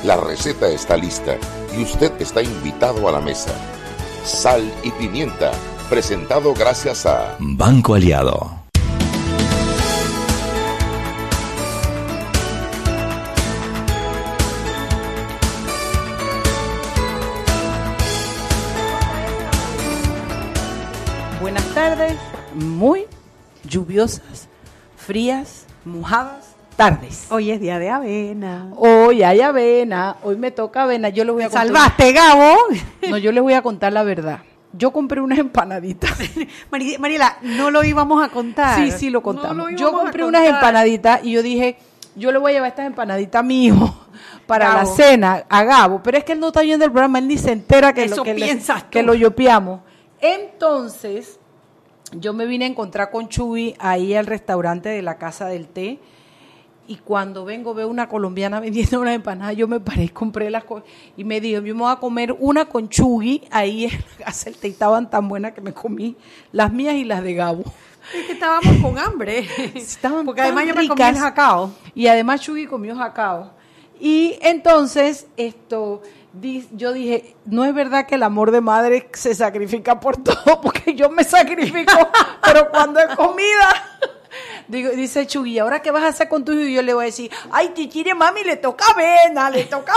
La receta está lista y usted está invitado a la mesa. Sal y Pimienta, presentado gracias a Banco Aliado. Buenas tardes, muy lluviosas, frías, mojadas tardes. Hoy es día de avena. Hoy hay avena, hoy me toca avena. Yo les voy a contar. ¡Salvaste, Gabo! No, yo les voy a contar la verdad. Yo compré unas empanaditas. Mariela, no lo íbamos a contar. Sí, lo contamos. Yo compré unas empanaditas y yo dije, yo le voy a llevar estas empanaditas a mi hijo para Gabo. la cena, a Gabo. Pero es que él no está viendo el programa, él ni se entera que, Eso piensas que tú. lo yopeamos. Entonces, yo me vine a encontrar con Chuy ahí al restaurante de la Casa del Té. Y cuando vengo veo una colombiana vendiendo una empanada, yo me paré, compré las cosas y me dijo, yo me voy a comer una con Chugui ahí en la Casa del Té, y estaban tan buenas que me comí las mías y las de Gabo. Es que estábamos con hambre. Estaban Porque tan además yo me comí ricas. el jacao. Y además Chugui comió jacao. Y entonces yo dije, no es verdad que el amor de madre se sacrifica por todo, porque yo me sacrifico, pero cuando es comida... Dice Chugui, ¿ahora qué vas a hacer con tu hijo? Y yo le voy a decir, ay, Tichire, mami, le toca avena.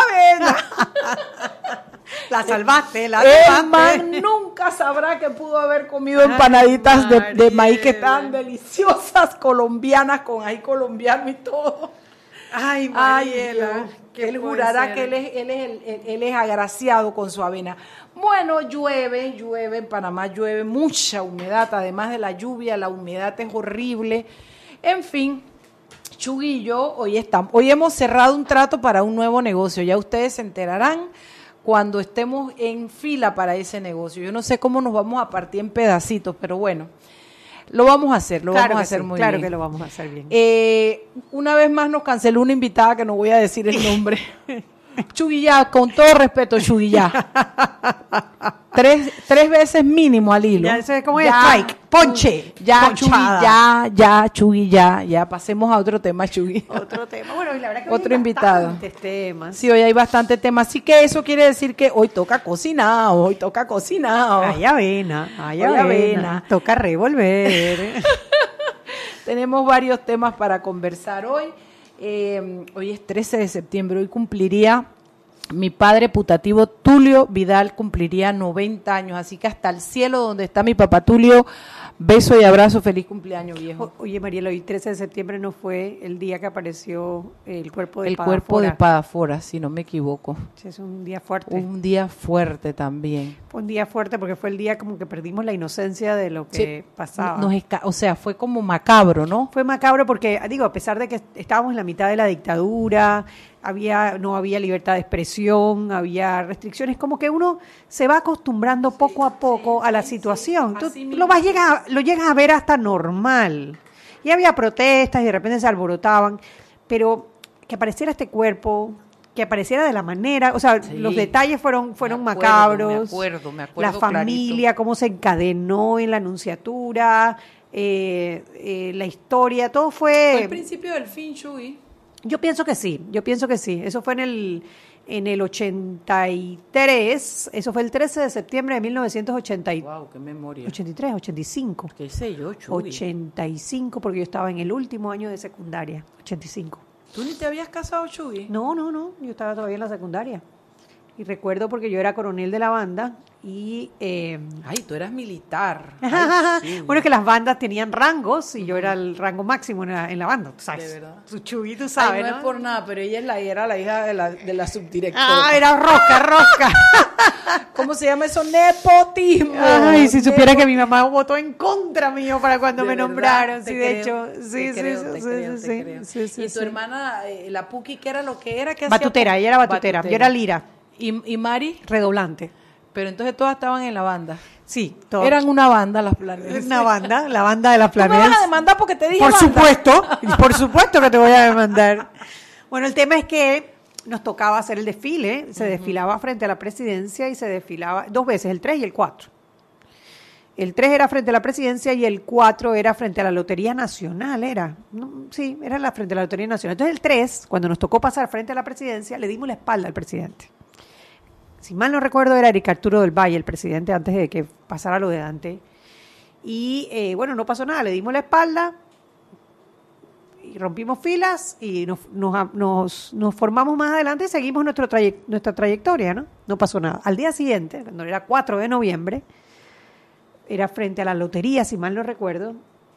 La salvaste, la El man salvaste. nunca sabrá que pudo haber comido empanaditas de maíz que estaban Mariela. deliciosas, colombianas, con ají colombiano y todo. Ay, Ay, Mariela. Dios, ¿qué él puede jurará ser? que él es agraciado con su avena. Bueno, llueve, en Panamá llueve, mucha humedad, además de la lluvia, la humedad es horrible. En fin, Chugui y yo hoy hemos cerrado un trato para un nuevo negocio, ya ustedes se enterarán cuando estemos en fila para ese negocio. Yo no sé cómo nos vamos a partir en pedacitos, pero bueno, lo vamos a hacer, vamos a hacer muy bien. Claro que lo vamos a hacer bien. Una vez más nos canceló una invitada que no voy a decir el nombre. Chugui ya, con todo respeto, Chugui ya. Tres veces mínimo al hilo. Ya, eso es como Ya, strike, ponche, Ya, ponchada. Chugui, ya. Pasemos a otro tema, Chugui. Otro tema. Bueno, y la verdad que Otro hoy hay invitado. bastantes temas. Sí, hoy hay bastante tema, así que eso quiere decir que hoy toca cocinado. Hay avena, Hay avena. Toca revolver. Tenemos varios temas para conversar hoy. Hoy es 13 de septiembre, hoy cumpliría mi padre putativo Tulio Vidal, cumpliría 90 años, así que hasta el cielo donde está mi papá Tulio, beso y abrazo, feliz cumpleaños, viejo. Oye, Mariela, hoy 13 de septiembre no fue el día que apareció el cuerpo de El Padafora. cuerpo de Padafora, si no me equivoco. Sí, es un día fuerte. Un día fuerte también. Fue un día fuerte porque fue el día como que perdimos la inocencia de lo que pasaba. O sea, fue como macabro, ¿no? Fue macabro porque, digo, a pesar de que estábamos en la mitad de la dictadura, no había libertad de expresión, había restricciones, como que uno se va acostumbrando poco a poco a la situación. Tú lo llegas a ver hasta normal. Y había protestas y de repente se alborotaban, pero que apareciera este cuerpo, que apareciera de la manera, o sea, los detalles fueron macabros. Me acuerdo la familia, cómo se encadenó en la anunciatura, la historia, todo Fue el principio del fin, Chuy. Yo pienso que sí. Eso fue en el 83, eso fue el 13 de septiembre de 1983. Wow, qué memoria. 83, 85. ¿Qué sé yo, Chuy? 85, porque yo estaba en el último año de secundaria, 85. ¿Tú ni te habías casado, Chuy? No, yo estaba todavía en la secundaria. Y recuerdo porque yo era coronel de la banda y... Ay, tú eras militar. Ay, sí. Bueno, que las bandas tenían rangos y yo era el rango máximo en la banda, tú sabes. De verdad. Su Chuy, tú sabes, Ay, no ¿no? es por nada, pero ella era la hija de la subdirectora. Ah, era rosca. ¿Cómo se llama eso? Nepotismo. Ay, si supiera que mi mamá votó en contra mío para cuando De me verdad, nombraron, te sí, de creo, hecho. te creo. Sí. ¿Y tu hermana, la Puki, qué era lo que era? ¿Qué Batutera, hacía? ella era batutera, yo era lira, ¿Y Mari? redoblante. Pero entonces todas estaban en la banda. Sí, todo. Eran una banda las Planeras. Una banda, la banda de las ¿Tú me planeras. vas a demandar porque te dije Por banda? supuesto que te voy a demandar. Bueno, el tema es que nos tocaba hacer el desfile, se desfilaba frente a la presidencia y se desfilaba 2 veces, el 3 y el 4. el 3 era frente a la presidencia y el 4 era frente a la Lotería Nacional, sí, era frente a la Lotería Nacional. Entonces el 3, cuando nos tocó pasar frente a la presidencia, le dimos la espalda al presidente. Si mal no recuerdo, era Eric Arturo del Valle, el presidente, antes de que pasara lo de Dante. Y bueno, no pasó nada, le dimos la espalda y rompimos filas y nos formamos más adelante y seguimos nuestra trayectoria, ¿no? No pasó nada. Al día siguiente, cuando era 4 de noviembre, era frente a la lotería, si mal no recuerdo,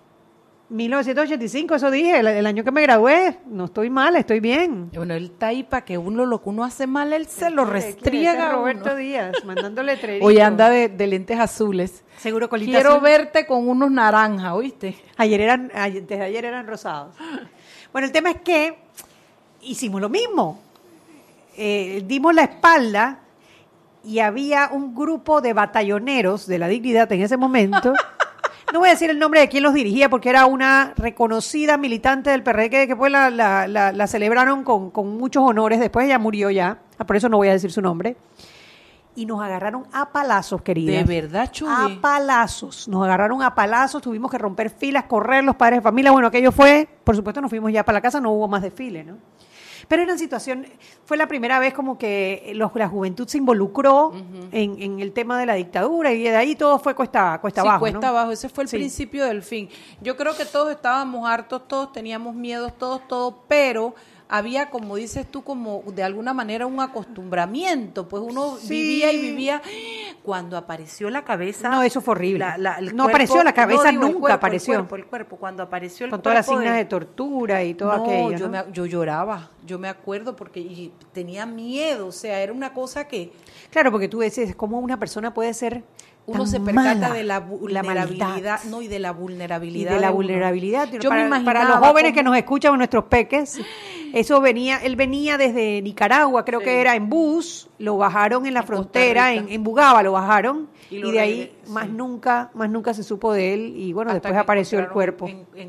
1985, eso dije, el año que me gradué, no estoy mal, estoy bien. Bueno, él está ahí para que lo que uno hace mal, él se lo restriega. Roberto Díaz, mandando letreritos. Oye, anda de lentes azules. Seguro colita Quiero azul. verte con unos naranjas, ¿oíste? Desde ayer eran rosados. Bueno, el tema es que hicimos lo mismo. Dimos la espalda y había un grupo de batalloneros de la dignidad en ese momento. No voy a decir el nombre de quién los dirigía porque era una reconocida militante del PRD que después la celebraron con muchos honores. Después ella murió ya, por eso no voy a decir su nombre. Y nos agarraron a palazos, querida. ¿De verdad, Chuy? A palazos. Nos agarraron a palazos, tuvimos que romper filas, correr los padres de familia. Bueno, aquello fue, por supuesto, nos fuimos ya para la casa, no hubo más desfile, ¿no? Pero era una situación, fue la primera vez como que la juventud se involucró en el tema de la dictadura y de ahí todo fue cuesta abajo. Sí, cuesta ¿no? abajo, ese fue el principio del fin. Yo creo que todos estábamos hartos, todos teníamos miedos, todo, pero había, como dices tú, como de alguna manera un acostumbramiento, pues uno vivía y vivía. Cuando apareció la cabeza... No, eso fue horrible. No apareció la cabeza, nunca cuerpo, apareció. El cuerpo, cuando apareció el con cuerpo... todas las signas de tortura y todo aquello, ¿no? Yo lloraba, yo me acuerdo porque tenía miedo, o sea, era una cosa que... Claro, porque tú dices, ¿cómo una persona puede ser uno se percata de la vulnerabilidad, y de la vulnerabilidad. Y de la vulnerabilidad. Yo me imaginaba para los jóvenes que nos escuchan, nuestros peques, él venía desde Nicaragua, creo que era en bus, lo bajaron en la frontera, en Bugaba lo bajaron, y de ahí más nunca se supo de él, y bueno, hasta después apareció el cuerpo.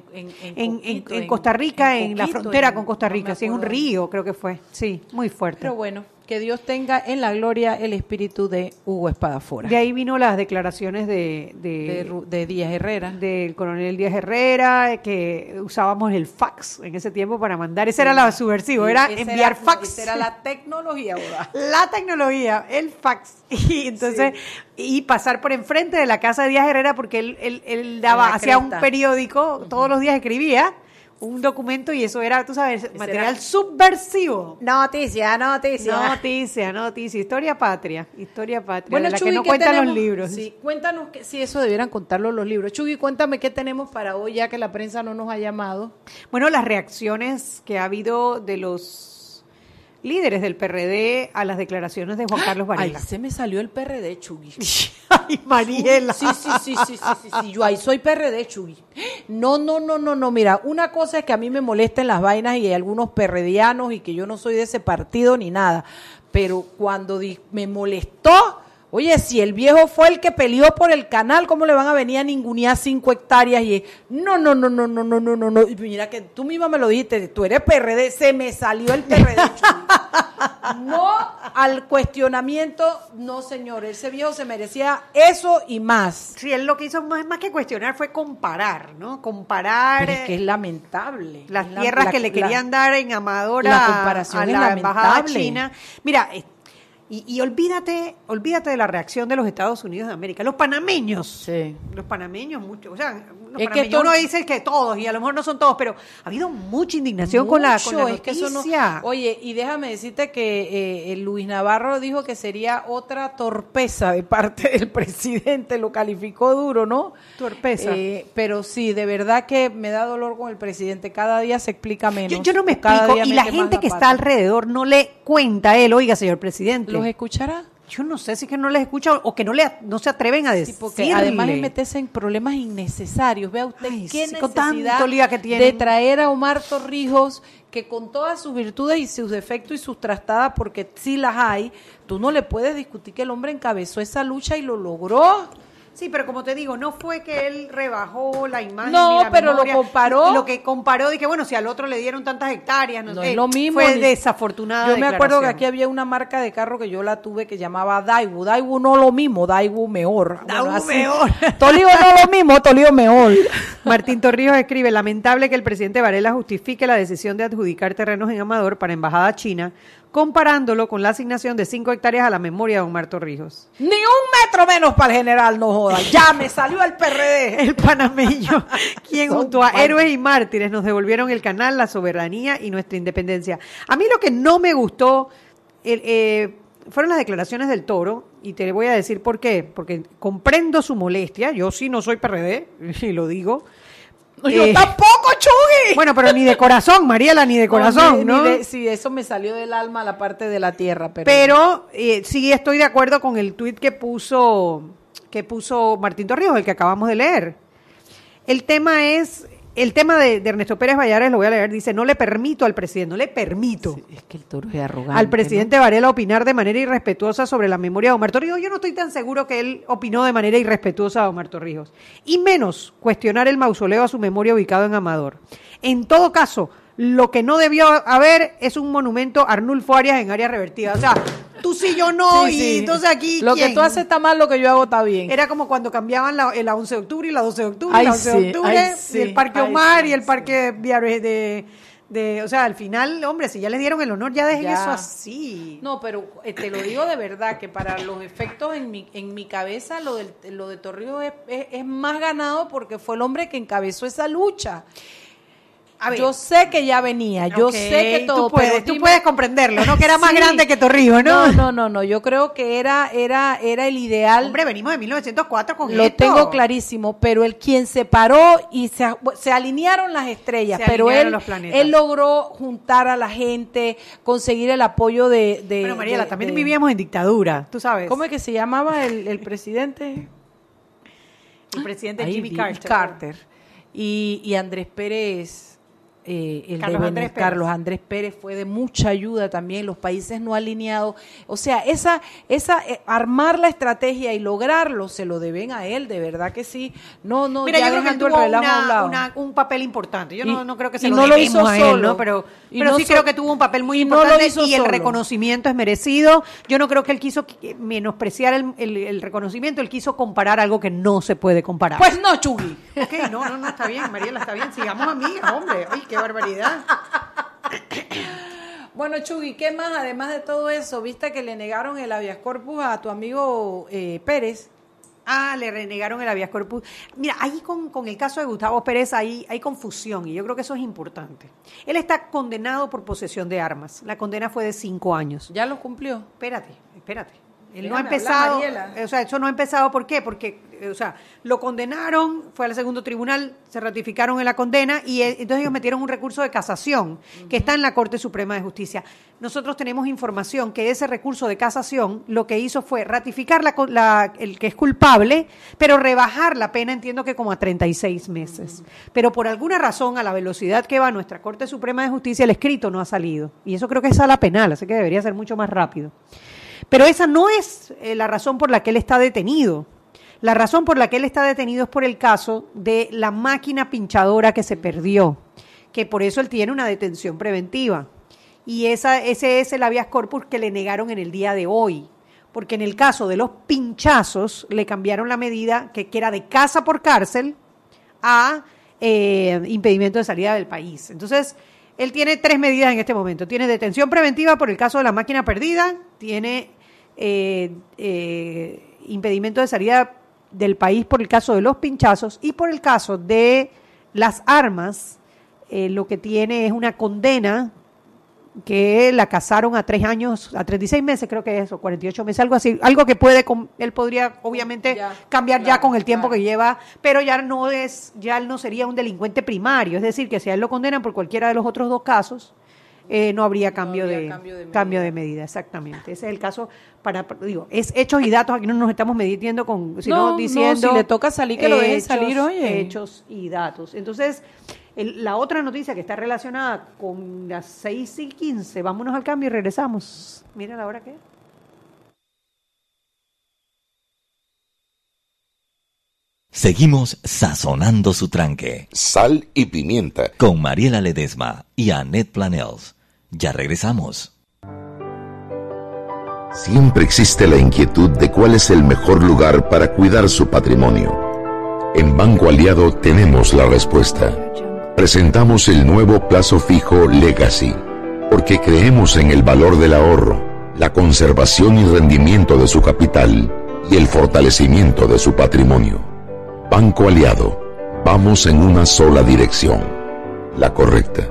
En Costa Rica, en la frontera con Costa Rica, sí, en un río creo que fue, sí, muy fuerte. Pero bueno, que Dios tenga en la gloria el espíritu de Hugo Espadafora. De ahí vino las declaraciones de Díaz Herrera. Del coronel Díaz Herrera, que usábamos el fax en ese tiempo para mandar. Ese era lo subversivo, era enviar fax. Esa era la tecnología, ¿verdad? La tecnología, el fax. Y entonces, y pasar por enfrente de la casa de Díaz Herrera, porque él hacía un periódico, todos los días escribía un documento y eso era, tú sabes, material subversivo. Noticia. Historia patria, bueno, de la Chugui, que no cuentan los libros. Sí, cuéntanos si eso debieran contarlo los libros. Chugui, cuéntame qué tenemos para hoy, ya que la prensa no nos ha llamado. Bueno, las reacciones que ha habido de los líderes del PRD a las declaraciones de Juan Carlos Varela. Ay, se me salió el PRD, Chugui. Ay, Mariela. Sí, yo ahí soy PRD, Chugui. No, mira, una cosa es que a mí me molesten las vainas y hay algunos perredianos y que yo no soy de ese partido ni nada, pero cuando me molestó, oye, si el viejo fue el que peleó por el canal, ¿cómo le van a venir a ningunear 5 hectáreas? Y no. Y mira que tú misma me lo dijiste, tú eres PRD, se me salió el PRD. No al cuestionamiento, no señor, ese viejo se merecía eso y más. Sí, él lo que hizo más que cuestionar fue comparar, ¿no? Comparar. Pero es que es lamentable. Las tierras que le querían dar en Amador a la embajada china. Mira, y olvídate de la reacción de los Estados Unidos de América. Los panameños. Sí. Los panameños, mucho. O sea, los panameños, uno dice que todos, y a lo mejor no son todos, pero ha habido mucha indignación con la noticia. Es que eso no, oye, y déjame decirte que Luis Navarro dijo que sería otra torpeza de parte del presidente. Lo calificó duro, ¿no? Torpeza. Pero sí, de verdad que me da dolor con el presidente. Cada día se explica menos. Yo no me explico. Y la gente que está alrededor no le cuenta a él, oiga, señor presidente. ¿Los escuchará? Yo no sé si es que no les escucha o que no se atreven a decirle. Porque además es meterse en problemas innecesarios. Vea usted qué necesidad que de traer a Omar Torrijos, que con todas sus virtudes y sus defectos y sus trastadas, porque sí las hay, tú no le puedes discutir que el hombre encabezó esa lucha y lo logró. Sí, pero como te digo, no fue que él rebajó la imagen. No, ni la pero memoria, lo comparó. Lo que comparó de que, bueno, si al otro le dieron tantas hectáreas, No es lo mismo. Fue desafortunada. Yo me acuerdo que declaración. aquí había una marca de carro que yo la tuve que llamaba Daewoo. Daewoo no lo mismo, Daewoo mejor. Daewoo así. mejor. Tolío no lo mismo, Tolío mejor. Martín Torrijos escribe, lamentable que el presidente Varela justifique la decisión de adjudicar terrenos en Amador para Embajada China, comparándolo con la asignación de 5 hectáreas a la memoria de Omar Torrijos. Ni un metro menos para el general, no joda. Ya me salió el PRD. El panameño, quien Son junto a mal. héroes y mártires nos devolvieron el canal, la soberanía y nuestra independencia. A mí lo que no me gustó fueron las declaraciones del Toro, y te voy a decir por qué. Porque comprendo su molestia, yo sí no soy PRD, y lo digo. Yo tampoco, Chugui. Bueno, pero ni de corazón, Mariela, ni de corazón, ¿no? Sí, eso me salió del alma, la parte de la tierra. Pero sí estoy de acuerdo con el tuit que puso Martín Torrijos, el que acabamos de leer. El tema de Ernesto Pérez Vallares, lo voy a leer, dice, no le permito al presidente, no le permito Sí, es que el Toro es arrogante. al presidente Varela opinar de manera irrespetuosa sobre la memoria de Omar Torrijos. Yo no estoy tan seguro que él opinó de manera irrespetuosa a Omar Torrijos. Y menos cuestionar el mausoleo a su memoria ubicado en Amador. En todo caso, lo que no debió haber es un monumento a Arnulfo Arias en área revertida. O sea, tú sí, yo no, Sí, y sí. entonces aquí, Lo ¿quién? que tú haces está mal, lo que yo hago está bien. Era como cuando cambiaban la 11 de octubre y la 12 de octubre, Ay, la 11 sí, de octubre, ay, sí, y el Parque ay, Omar sí, y el sí. Parque o sea, al final, hombre, si ya les dieron el honor, ya dejen Ya. eso así. No, pero te lo digo de verdad, que para los efectos en mi cabeza, lo de Torrijos es más ganado porque fue el hombre que encabezó esa lucha. A ver, Yo sé que ya venía, yo ok, sé que todo, tú puedes, pero tú dime- puedes comprenderlo, ¿no? Que era más Sí. grande que Torrijos, ¿no? No, yo creo que era el ideal. Hombre, venimos de 1904 con Lo esto. tengo clarísimo, pero el quien se paró y se alinearon las estrellas, Se pero alinearon él, los planetas. él logró juntar a la gente, conseguir el apoyo de Bueno, Mariela, también de- vivíamos en dictadura, tú sabes. ¿Cómo es que se llamaba el presidente? El presidente Ahí, Jimmy Carter. Carter. Y Andrés Pérez, Carlos Andrés Pérez fue de mucha ayuda también, los países no alineados. O sea, armar la estrategia y lograrlo, se lo deben a él, de verdad que sí. No, Mira, ya yo creo que él dejando el tuvo relajo a un lado. un papel importante. Yo no creo que se y lo no lo debemos hizo a él, solo. ¿no? Pero Y pero no sí so- creo que tuvo un papel muy y no lo importante hizo y el solo. reconocimiento es merecido. Yo no creo que él quiso menospreciar el reconocimiento, él quiso comparar algo que no se puede comparar. Pues no, Chugui. Ok, no, está bien, Mariela, está bien. Sigamos amigas, hombre. Ay, qué barbaridad. Bueno, Chugui, ¿qué más? Además de todo eso, ¿viste que le negaron el habeas corpus a tu amigo Pérez? Ah, le renegaron el habeas corpus. Mira, ahí con el caso de Gustavo Pérez hay confusión y yo creo que eso es importante. Él está condenado por posesión de armas. La condena fue de 5 años. ¿Ya lo cumplió? Espérate. Él no Déjame ha hablar, empezado, Mariela. o sea, eso no ha empezado, ¿por qué? Porque, o sea, lo condenaron, fue al segundo tribunal, se ratificaron en la condena y entonces ellos metieron un recurso de casación que está en la Corte Suprema de Justicia. Nosotros tenemos información que ese recurso de casación lo que hizo fue ratificar el que es culpable, pero rebajar la pena, entiendo que como a 36 meses. Pero por alguna razón, a la velocidad que va nuestra Corte Suprema de Justicia, el escrito no ha salido. Y eso creo que es sala penal, así que debería ser mucho más rápido. Pero esa no es la razón por la que él está detenido. La razón por la que él está detenido es por el caso de la máquina pinchadora que se perdió, que por eso él tiene una detención preventiva. Y ese es el habeas corpus que le negaron en el día de hoy. Porque en el caso de los pinchazos le cambiaron la medida que era de casa por cárcel a impedimento de salida del país. Entonces, él tiene 3 medidas en este momento. Tiene detención preventiva por el caso de la máquina perdida, tiene impedimento de salida del país por el caso de los pinchazos y por el caso de las armas, lo que tiene es una condena que la casaron a 3 años, a 36 meses creo que es, o 48 meses, algo así, algo que él podría obviamente cambiar ya con el tiempo que lleva, pero ya él no sería un delincuente primario, es decir, que si a él lo condenan por cualquiera de los otros 2 casos, no habría cambio de medida, exactamente. Ese es el caso es hechos y datos, aquí no nos estamos metiendo sino diciendo si le toca salir, que lo dejen salir, oye. hechos y datos. Entonces, la otra noticia que está relacionada con las 6:15, vámonos al cambio y regresamos. Mira la hora que es. Seguimos sazonando su tranque. Sal y pimienta. Con Mariela Ledesma y Annette Planels. Ya regresamos. Siempre existe la inquietud de cuál es el mejor lugar para cuidar su patrimonio. En Banco Aliado tenemos la respuesta. Presentamos el nuevo plazo fijo Legacy, porque creemos en el valor del ahorro, la conservación y rendimiento de su capital y el fortalecimiento de su patrimonio. Banco Aliado, vamos en una sola dirección, la correcta.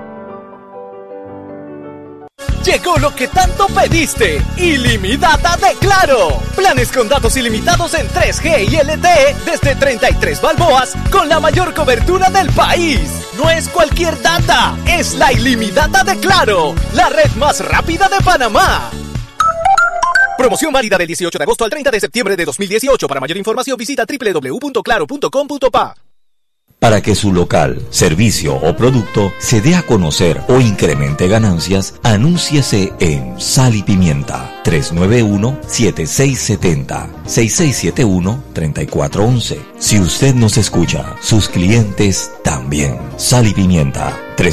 Llegó lo que tanto pediste, ilimitada de Claro. Planes con datos ilimitados en 3G y LTE desde 33 balboas con la mayor cobertura del país. No es cualquier data, es la ilimitada de Claro, la red más rápida de Panamá. Promoción válida del 18 de agosto al 30 de septiembre de 2018. Para mayor información visita www.claro.com.pa. Para que su local, servicio o producto se dé a conocer o incremente ganancias, anúnciese en Sal y Pimienta 391-7670-6671-3411. Si usted nos escucha, sus clientes también. Sal y Pimienta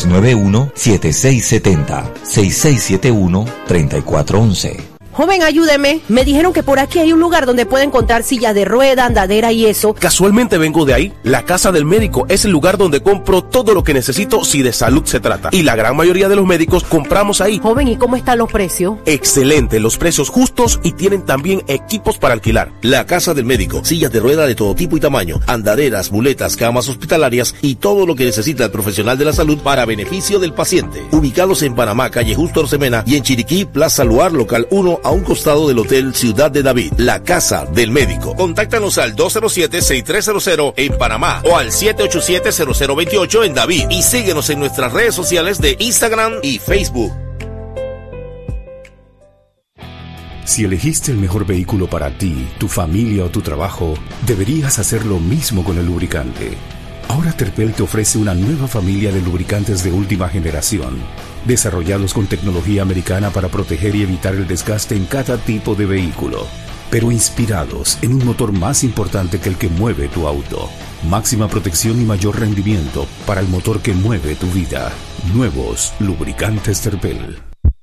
391-7670-6671-3411. Joven, ayúdeme. Me dijeron que por aquí hay un lugar donde puede encontrar sillas de rueda, andadera y eso. Casualmente vengo de ahí. La Casa del Médico es el lugar donde compro todo lo que necesito si de salud se trata. Y la gran mayoría de los médicos compramos ahí. Joven, ¿y cómo están los precios? Excelente, los precios justos y tienen también equipos para alquilar. La Casa del Médico, sillas de rueda de todo tipo y tamaño, andaderas, muletas, camas hospitalarias y todo lo que necesita el profesional de la salud para beneficio del paciente. Ubicados en Panamá, calle Justo Orsemena, y en Chiriquí, Plaza Luar, local 1, a un costado del Hotel Ciudad de David. La Casa del Médico. Contáctanos al 207-6300 en Panamá o al 787-0028 en David y síguenos en nuestras redes sociales de Instagram y Facebook. Si elegiste el mejor vehículo para ti, tu familia o tu trabajo, deberías hacer lo mismo con el lubricante. Ahora Terpel te ofrece una nueva familia de lubricantes de última generación, desarrollados con tecnología americana para proteger y evitar el desgaste en cada tipo de vehículo, pero inspirados en un motor más importante que el que mueve tu auto. Máxima protección y mayor rendimiento para el motor que mueve tu vida. Nuevos lubricantes Terpel.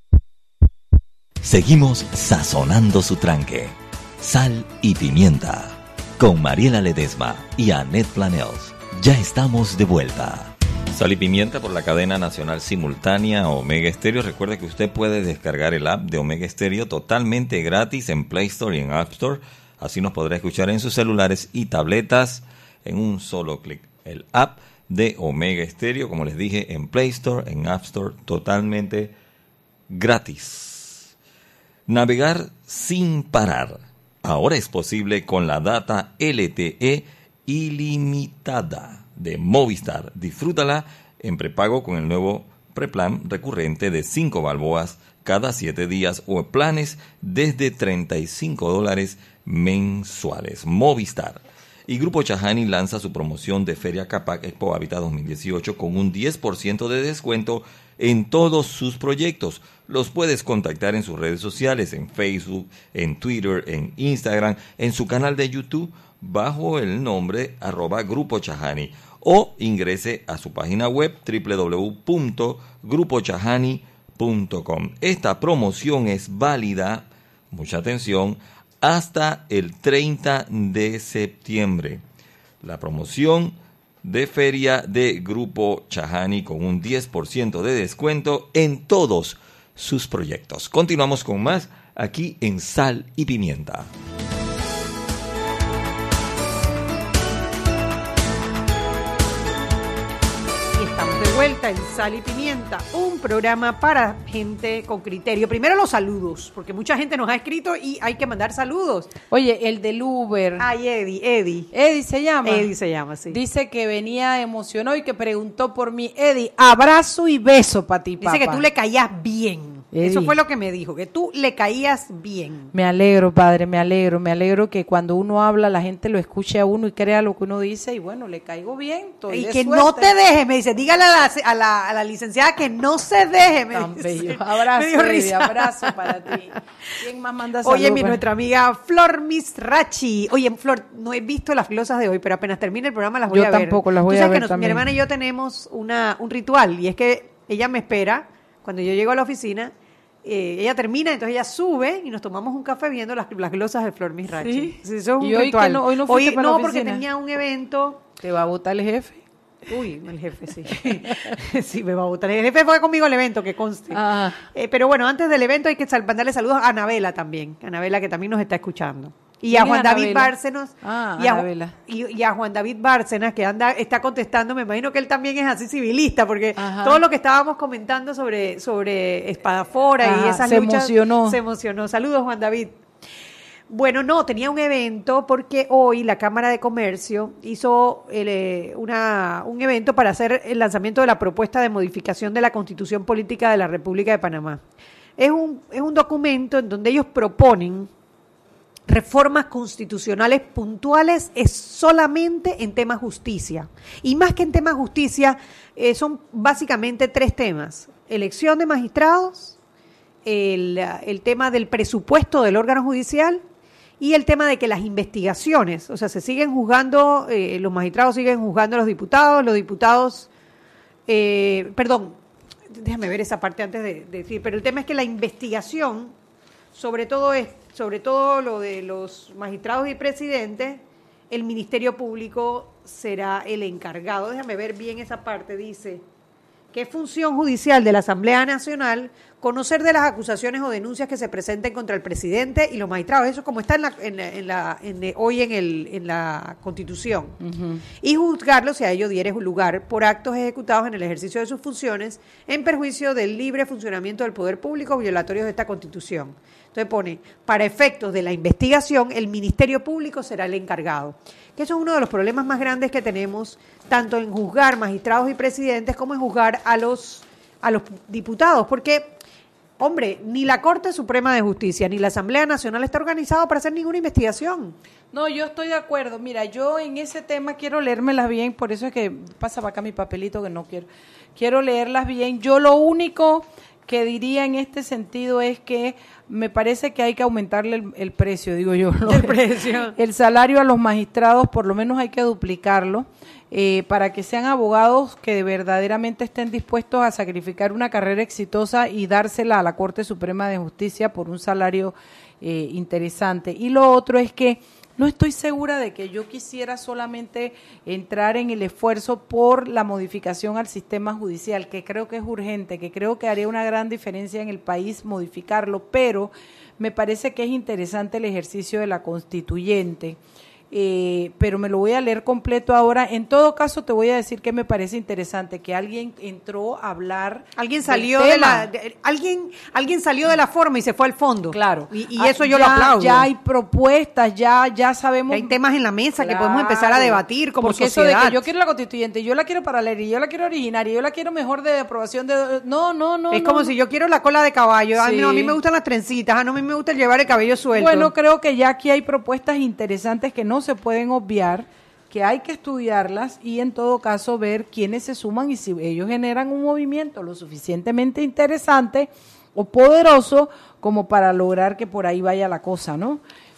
Seguimos sazonando su tranque. Sal y Pimienta. Con Mariela Ledesma y Annette Planels. Ya estamos de vuelta. Sal y Pimienta por la cadena nacional simultánea Omega Estéreo. Recuerde que usted puede descargar el app de Omega Estéreo totalmente gratis en Play Store y en App Store. Así nos podrá escuchar en sus celulares y tabletas en un solo clic. El app de Omega Estéreo, como les dije, en Play Store, en App Store, totalmente gratis. Navegar sin parar. Ahora es posible con la data LTE ilimitada de Movistar. Disfrútala en prepago con el nuevo preplan recurrente de 5 balboas cada 7 días o planes desde $35 mensuales. Movistar. Y Grupo Chajani lanza su promoción de Feria Capac Expo Habitat 2018 con un 10% de descuento en todos sus proyectos. Los puedes contactar en sus redes sociales, en Facebook, en Twitter, en Instagram, en su canal de YouTube, bajo el nombre @Grupo Chajani, o ingrese a su página web www.grupochajani.com. Esta promoción es válida, mucha atención, hasta el 30 de septiembre. La promoción de feria de Grupo Chajani con un 10% de descuento en todos sus proyectos. Continuamos con más aquí en Sal y Pimienta. De vuelta en Sal y Pimienta, un programa para gente con criterio. Primero los saludos, porque mucha gente nos ha escrito y hay que mandar saludos. Oye, el del Uber. Ay, Eddie. Eddie se llama. Eddie se llama, sí. Dice que venía emocionado y que preguntó por mí. Eddie, abrazo y beso para ti, papá. Dice que tú le caías bien. Eddie. Eso fue lo que me dijo, que tú le caías bien. Me alegro, padre, me alegro que cuando uno habla la gente lo escuche a uno y crea lo que uno dice y bueno, le caigo bien. Y que suerte. No te deje, me dice, dígale a la licenciada que no se deje. Me tan dice. Bello. Abrazo, Eddie, abrazo para ti. ¿Quién más manda saludos? Oye, nuestra amiga Flor Misrachi. Oye, Flor, no he visto las glosas de hoy, pero apenas termine el programa las voy a ver. Yo tampoco las voy a ver también. Mi hermana y yo tenemos un ritual y es que ella me espera cuando yo llego a la oficina. Ella termina, entonces ella sube y nos tomamos un café viendo las glosas de Flor Misrachi. Sí, eso es un y hoy ritual. hoy no fuiste para la porque oficina. tenía un evento. ¿Te va a votar el jefe? Uy, el jefe, sí. Sí, me va a votar. El jefe fue conmigo al evento, que conste. Pero bueno, antes del evento hay que mandarle saludos a Anabela también. Anabela, que también nos está escuchando. Y a Juan David Bárcenas. Y a Juan David Bárcenas, que está contestando. Me imagino que él también es así civilista, porque todo lo que estábamos comentando sobre Espadafora y esas luchas. Se emocionó. Saludos, Juan David. Bueno, no, tenía un evento porque hoy la Cámara de Comercio hizo un evento para hacer el lanzamiento de la propuesta de modificación de la Constitución Política de la República de Panamá. Es un documento en donde ellos proponen reformas constitucionales puntuales solamente en temas justicia. Y más que en temas justicia, son básicamente 3 temas. Elección de magistrados, el tema del presupuesto del órgano judicial y el tema de que las investigaciones, o sea, se siguen juzgando, los magistrados siguen juzgando a los diputados, perdón, déjame ver esa parte antes de decir, pero el tema es que la investigación, sobre todo lo de los magistrados y presidentes, el Ministerio Público será el encargado. Déjame ver bien esa parte, dice que es función judicial de la Asamblea Nacional conocer de las acusaciones o denuncias que se presenten contra el presidente y los magistrados. Eso como está hoy en la Constitución. Uh-huh. Y juzgarlos si a ello diere lugar por actos ejecutados en el ejercicio de sus funciones en perjuicio del libre funcionamiento del poder público violatorios de esta Constitución. Entonces pone, para efectos de la investigación, el Ministerio Público será el encargado. Que eso es uno de los problemas más grandes que tenemos, tanto en juzgar magistrados y presidentes como en juzgar a los diputados, porque, hombre, ni la Corte Suprema de Justicia ni la Asamblea Nacional está organizado para hacer ninguna investigación. No, yo estoy de acuerdo. Mira, yo en ese tema quiero leérmelas bien, por eso es que pasa para acá mi papelito que no quiero. Quiero leerlas bien. Yo lo único que diría en este sentido es que me parece que hay que aumentarle el precio, digo yo. El precio. El salario a los magistrados, por lo menos hay que duplicarlo, para que sean abogados que verdaderamente estén dispuestos a sacrificar una carrera exitosa y dársela a la Corte Suprema de Justicia por un salario interesante. Y lo otro es que no estoy segura de que yo quisiera solamente entrar en el esfuerzo por la modificación al sistema judicial, que creo que es urgente, que creo que haría una gran diferencia en el país modificarlo, pero me parece que es interesante el ejercicio de la constituyente. Pero me lo voy a leer completo ahora. En todo caso, te voy a decir que me parece interesante que alguien entró a hablar. Alguien salió alguien salió de la forma y se fue al fondo. Claro. Y eso yo lo aplaudo. Ya hay propuestas, ya sabemos. Hay temas en la mesa que podemos empezar a debatir como porque sociedad. Eso de que yo quiero la constituyente, yo la quiero para leer, y yo la quiero originaria, yo la quiero mejor de aprobación de. No. Es como si yo quiero la cola de caballo. Sí. A mí me gustan las trencitas. A mí me gusta llevar el cabello suelto. Bueno, creo que ya aquí hay propuestas interesantes que no se pueden obviar, que hay que estudiarlas y en todo caso ver quiénes se suman y si ellos generan un movimiento lo suficientemente interesante o poderoso como para lograr que por ahí vaya la cosa, ¿no?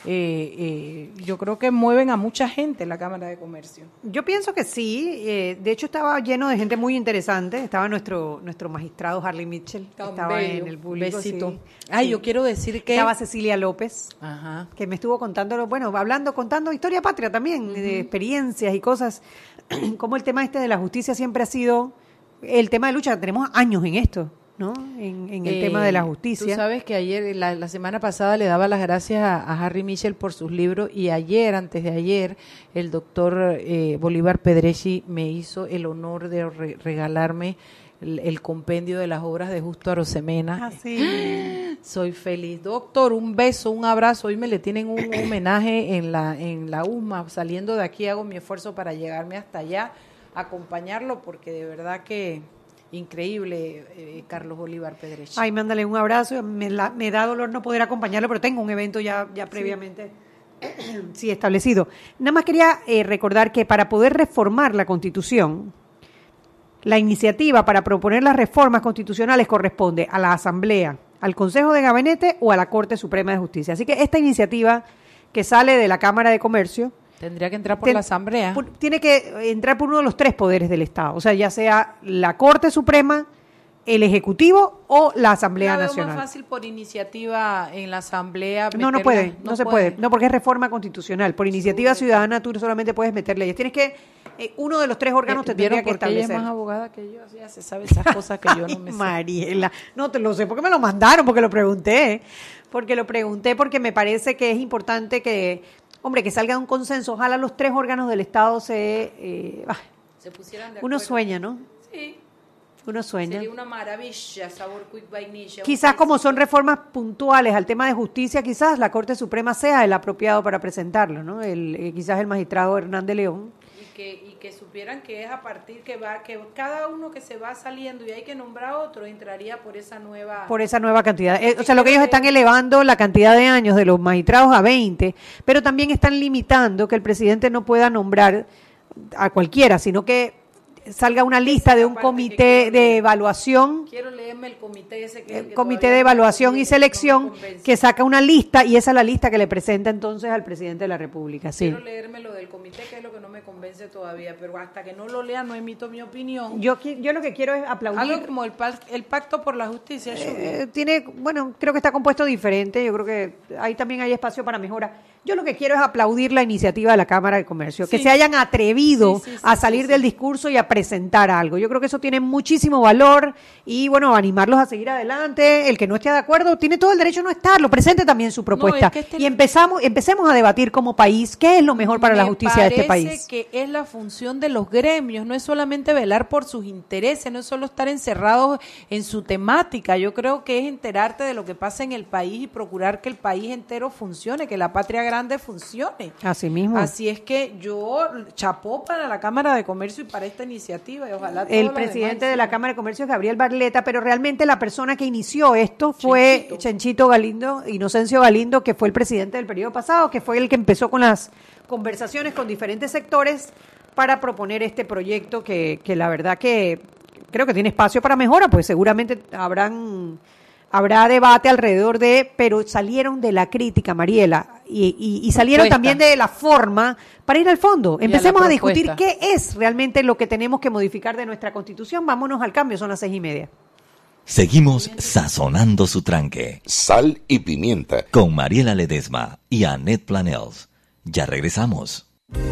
Yo creo que mueven a mucha gente en la Cámara de Comercio. Yo pienso que sí. De hecho estaba lleno de gente muy interesante. Estaba nuestro magistrado Harley Mitchell, estaba en el público. Besito. Sí. Ay, yo quiero decir que estaba Cecilia López, ajá, que me estuvo contando, contando historia patria también, uh-huh, de experiencias y cosas. Como el tema de la justicia siempre ha sido el tema de lucha. Tenemos años en esto, ¿no? En el tema de la justicia. Tú sabes que ayer, la semana pasada, le daba las gracias a Harry Mitchell por sus libros, y antes de ayer, el doctor Bolívar Pedrechi me hizo el honor de regalarme el compendio de las obras de Justo Arosemena. Sí. Soy feliz. Doctor, un beso, un abrazo. Hoy me le tienen un homenaje en la UMA. Saliendo de aquí hago mi esfuerzo para llegarme hasta allá, acompañarlo, porque de verdad que increíble, Carlos Bolívar Pedreche. Ay, mándale un abrazo. Me da dolor no poder acompañarlo, pero tengo un evento ya previamente sí establecido. Nada más quería recordar que para poder reformar la Constitución, la iniciativa para proponer las reformas constitucionales corresponde a la Asamblea, al Consejo de Gabinete o a la Corte Suprema de Justicia. Así que esta iniciativa que sale de la Cámara de Comercio tendría que entrar por la Asamblea. Tiene que entrar por uno de los 3 poderes del Estado, o sea, ya sea la Corte Suprema, el Ejecutivo o la Asamblea Nacional. Es más fácil por iniciativa en la Asamblea. No se puede. No, porque es reforma constitucional. Por iniciativa ciudadana tú solamente puedes meter leyes. Tienes que, uno de los 3 órganos te tendría que establecer. Ella es más abogada que yo, así ya se sabe esas cosas que yo no me sé. Mariela, no te lo sé porque me lo mandaron, porque lo pregunté. Porque me parece que es importante que salga un consenso. Ojalá los 3 órganos del Estado se pusieran de acuerdo. Uno sueña, ¿no? Sí. Uno sueña. Sería una maravilla, sabor quick vainilla. Quizás como son reformas puntuales al tema de justicia, quizás la Corte Suprema sea el apropiado para presentarlo, ¿no? Quizás el magistrado Hernández León. Y que supieran que es a partir que cada uno que se va saliendo y hay que nombrar otro entraría por esa nueva cantidad. O sea, lo que ellos están elevando la cantidad de años de los magistrados a 20, pero también están limitando que el presidente no pueda nombrar a cualquiera, sino que salga una lista de un comité de evaluación. Quiero leerme el comité ese el comité de evaluación y selección que saca una lista y esa es la lista que le presenta entonces al presidente de la República. Sí. Quiero leerme lo del comité, que es lo que no me convence todavía, pero hasta que no lo lea no emito mi opinión. Yo lo que quiero es aplaudir. Algo como el pacto por la justicia. Creo que está compuesto diferente. Yo creo que ahí también hay espacio para mejora. Yo lo que quiero es aplaudir la iniciativa de la Cámara de Comercio, que se hayan atrevido a salir del discurso y a presentar algo. Yo creo que eso tiene muchísimo valor y, bueno, animarlos a seguir adelante. El que no esté de acuerdo tiene todo el derecho a no estarlo. Presente también su propuesta. Y empecemos a debatir como país qué es lo mejor para la justicia de este país. Me parece que es la función de los gremios. No es solamente velar por sus intereses, no es solo estar encerrados en su temática. Yo creo que es enterarte de lo que pasa en el país y procurar que el país entero funcione, que la patria grande funcione. Así mismo. Así es que yo chapó para la Cámara de Comercio y para esta iniciativa y ojalá el presidente de la Cámara de Comercio es Gabriel Barletta, pero realmente la persona que inició esto fue Chenchito Galindo, Inocencio Galindo, que fue el presidente del periodo pasado, que fue el que empezó con las conversaciones con diferentes sectores para proponer este proyecto que la verdad que creo que tiene espacio para mejora, pues seguramente habrá debate alrededor pero salieron de la crítica, Mariela, y salieron también de la forma para ir al fondo. Empecemos a discutir qué es realmente lo que tenemos que modificar de nuestra Constitución. Vámonos al cambio, son las 6:30. Seguimos sazonando su tranque. Sal y pimienta. Con Mariela Ledesma y Annette Planels. Ya regresamos.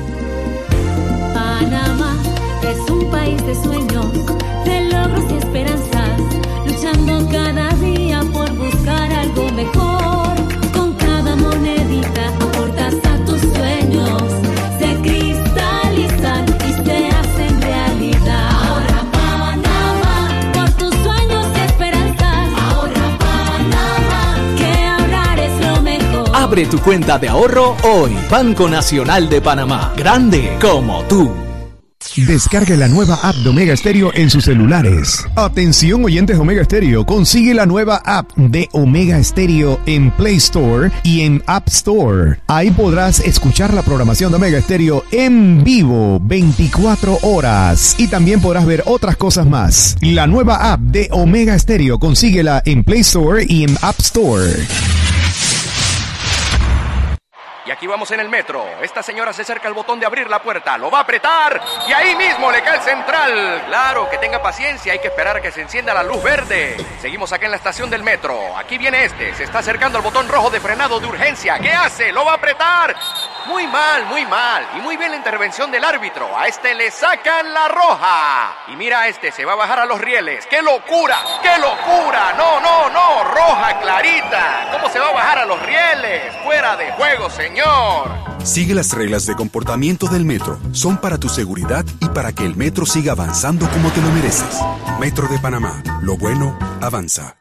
Panamá es un país de sueños, de logros y esperanzas, luchando cada día por buscar algo mejor. Con cada monedita aportas a tus sueños, se cristalizan y se hacen realidad. Ahorra Panamá, por tus sueños y esperanzas. Ahorra Panamá, que ahorrar es lo mejor. Abre tu cuenta de ahorro hoy. Banco Nacional de Panamá, grande como tú. Descargue la nueva app de Omega Stereo en sus celulares. Atención oyentes de Omega Stereo, consigue la nueva app de Omega Stereo en Play Store y en App Store. Ahí podrás escuchar la programación de Omega Stereo en vivo 24 horas y también podrás ver otras cosas más. La nueva app de Omega Stereo, consíguela en Play Store y en App Store. Y aquí vamos en el metro. Esta señora se acerca al botón de abrir la puerta. Lo va a apretar y ahí mismo le cae el central. Claro, que tenga paciencia. Hay que esperar a que se encienda la luz verde. Seguimos acá en la estación del metro. Aquí viene este. Se está acercando al botón rojo de frenado de urgencia. ¿Qué hace? ¡Lo va a apretar! Muy mal, muy mal. Y muy bien la intervención del árbitro. A este le sacan la roja. Y mira a este, se va a bajar a los rieles. ¡Qué locura! ¡Qué locura! No, no, no. Roja clarita. ¿Cómo se va a bajar a los rieles? Fuera de juego, señor. Sigue las reglas de comportamiento del metro. Son para tu seguridad y para que el metro siga avanzando como te lo mereces. Metro de Panamá. Lo bueno avanza.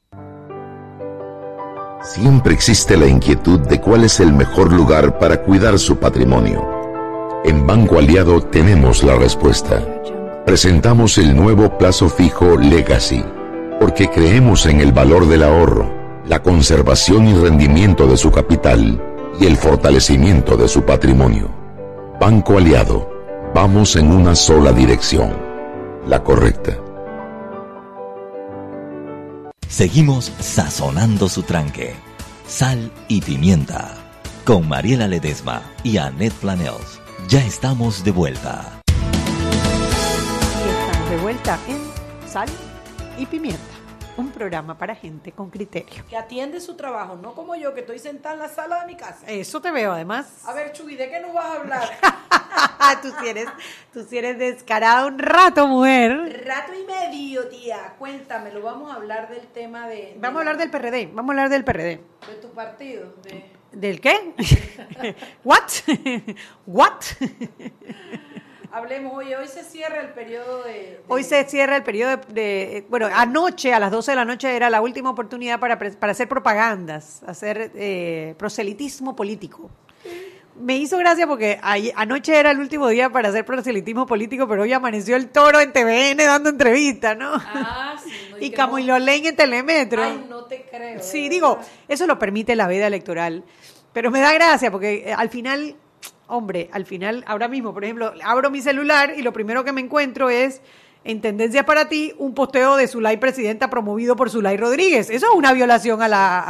Siempre existe la inquietud de cuál es el mejor lugar para cuidar su patrimonio. En Banco Aliado tenemos la respuesta. Presentamos el nuevo plazo fijo Legacy, porque creemos en el valor del ahorro, la conservación y rendimiento de su capital y el fortalecimiento de su patrimonio. Banco Aliado, vamos en una sola dirección, la correcta. Seguimos sazonando su tranque. Sal y pimienta. Con Mariela Ledesma y Annette Planels. Ya estamos de vuelta. Y estamos de vuelta en Sal y Pimienta. Un programa para gente con criterio. Que atiende su trabajo, no como yo, que estoy sentada en la sala de mi casa. Eso te veo, además. A ver, Chuy, ¿de qué nos vas a hablar? Tú sí eres descarada un rato, mujer. Rato y medio, tía. Cuéntamelo, vamos a hablar del tema de... Vamos a hablar del PRD, vamos a hablar del PRD. De tu partido. ¿Del qué? ¿What? ¿What? Hablemos, oye, hoy se cierra el periodo de... Hoy se cierra el periodo de... Bueno, anoche, a las 12 de la noche, era la última oportunidad para hacer propagandas, hacer proselitismo político. Me hizo gracia porque anoche era el último día para hacer proselitismo político, pero hoy amaneció el Toro en TVN dando entrevistas, ¿no? Ah, sí. No, y Camilo Leñ en Telemetro. Ay, no te creo. Sí, digo, eso lo permite la veda electoral, pero me da gracia porque al final... Hombre, al final, ahora mismo, por ejemplo, abro mi celular y lo primero que me encuentro es, en Tendencias para Ti, un posteo de Zulay Presidenta promovido por Zulay Rodríguez. Eso es una violación a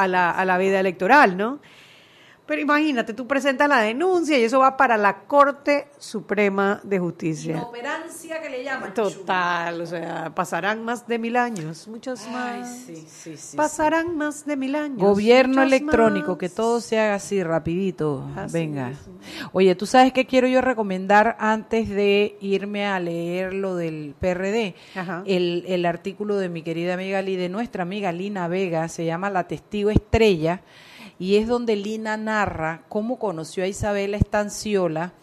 la veda electoral, ¿no? Pero imagínate, tú presentas la denuncia y eso va para la Corte Suprema de Justicia. Inoperancia que le llaman. Total, o sea, pasarán más de 1000 años, muchos más. Sí. Pasarán más de 1000 años. Gobierno muchos electrónico, más. que todo se haga así, rapidito. Así Venga. mismo. Oye, ¿tú sabes qué quiero yo recomendar antes de irme a leer lo del PRD? Ajá. El artículo de mi querida amiga de nuestra amiga Lina Vega, se llama La Testigo Estrella, y es donde Lina narra cómo conoció a Isabela Estanciola,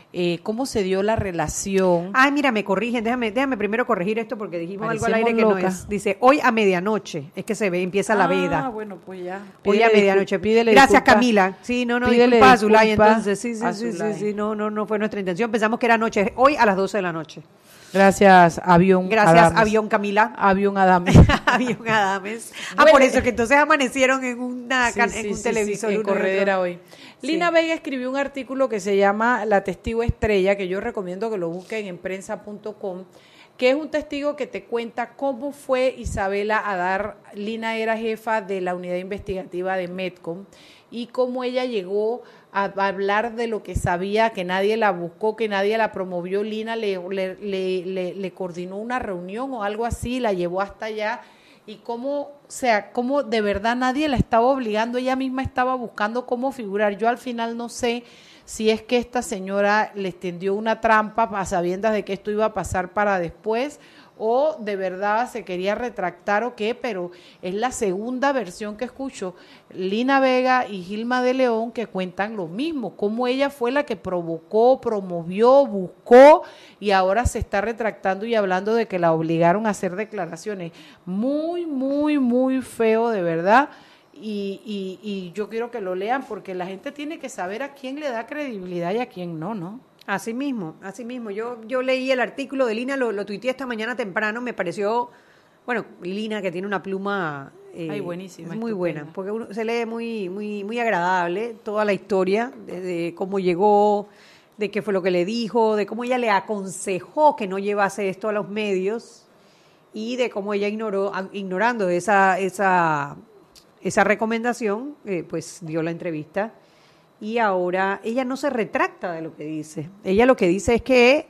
cómo se dio la relación. Ay, mira, me corrigen, déjame primero corregir esto porque dijimos algo al Parecemos aire que no locas. es. Dice, hoy a medianoche, es que se ve, empieza la veda. Ah, bueno, pues ya. Hoy a medianoche. Pídele Gracias, disculpas. Camila. Sí, no, Pídele disculpa a Zulay, disculpas entonces. a Sí, Zulay. no fue nuestra intención. Pensamos que era noche, hoy a las 12 de la noche. Gracias, Avión. Gracias, Adames. Avión Camila. Avión Adames. Avión Adames. Bueno, por eso que entonces amanecieron en un Sí, televisor. en uno y Corredera otro. hoy. Lina Vega escribió un artículo que se llama La Testigo Estrella, que yo recomiendo que lo busquen en prensa.com, que es un testigo que te cuenta cómo fue Isabela a dar. Lina era jefa de la unidad investigativa de Medcom, y cómo ella llegó a hablar de lo que sabía, que nadie la buscó, que nadie la promovió. Lina le coordinó una reunión o algo así, la llevó hasta allá, y cómo de verdad nadie la estaba obligando, ella misma estaba buscando cómo figurar. Yo al final no sé si es que esta señora les tendió una trampa a sabiendas de que esto iba a pasar para después, o de verdad se quería retractar o qué, pero es la segunda versión que escucho. Lina Vega y Gilma de León que cuentan lo mismo, cómo ella fue la que provocó, promovió, buscó, y ahora se está retractando y hablando de que la obligaron a hacer declaraciones. Muy, muy, muy feo, de verdad. Y yo quiero que lo lean porque la gente tiene que saber a quién le da credibilidad y a quién no, ¿no? Así mismo. Yo leí el artículo de Lina, lo tuiteé esta mañana temprano, me pareció, bueno, Lina que tiene una pluma buenísima, es muy estupenda. buena, porque se lee muy agradable toda la historia, desde cómo llegó, de qué fue lo que le dijo, de cómo ella le aconsejó que no llevase esto a los medios y de cómo ella ignorando esa recomendación, pues dio la entrevista. Y ahora ella no se retracta de lo que dice. Ella lo que dice es que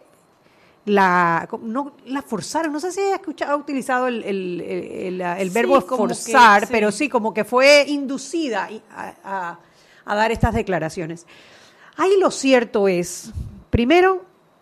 la forzaron. No sé si ella ha utilizado el verbo forzar, sí. pero sí, como que fue inducida a dar estas declaraciones. Ahí lo cierto es, primero,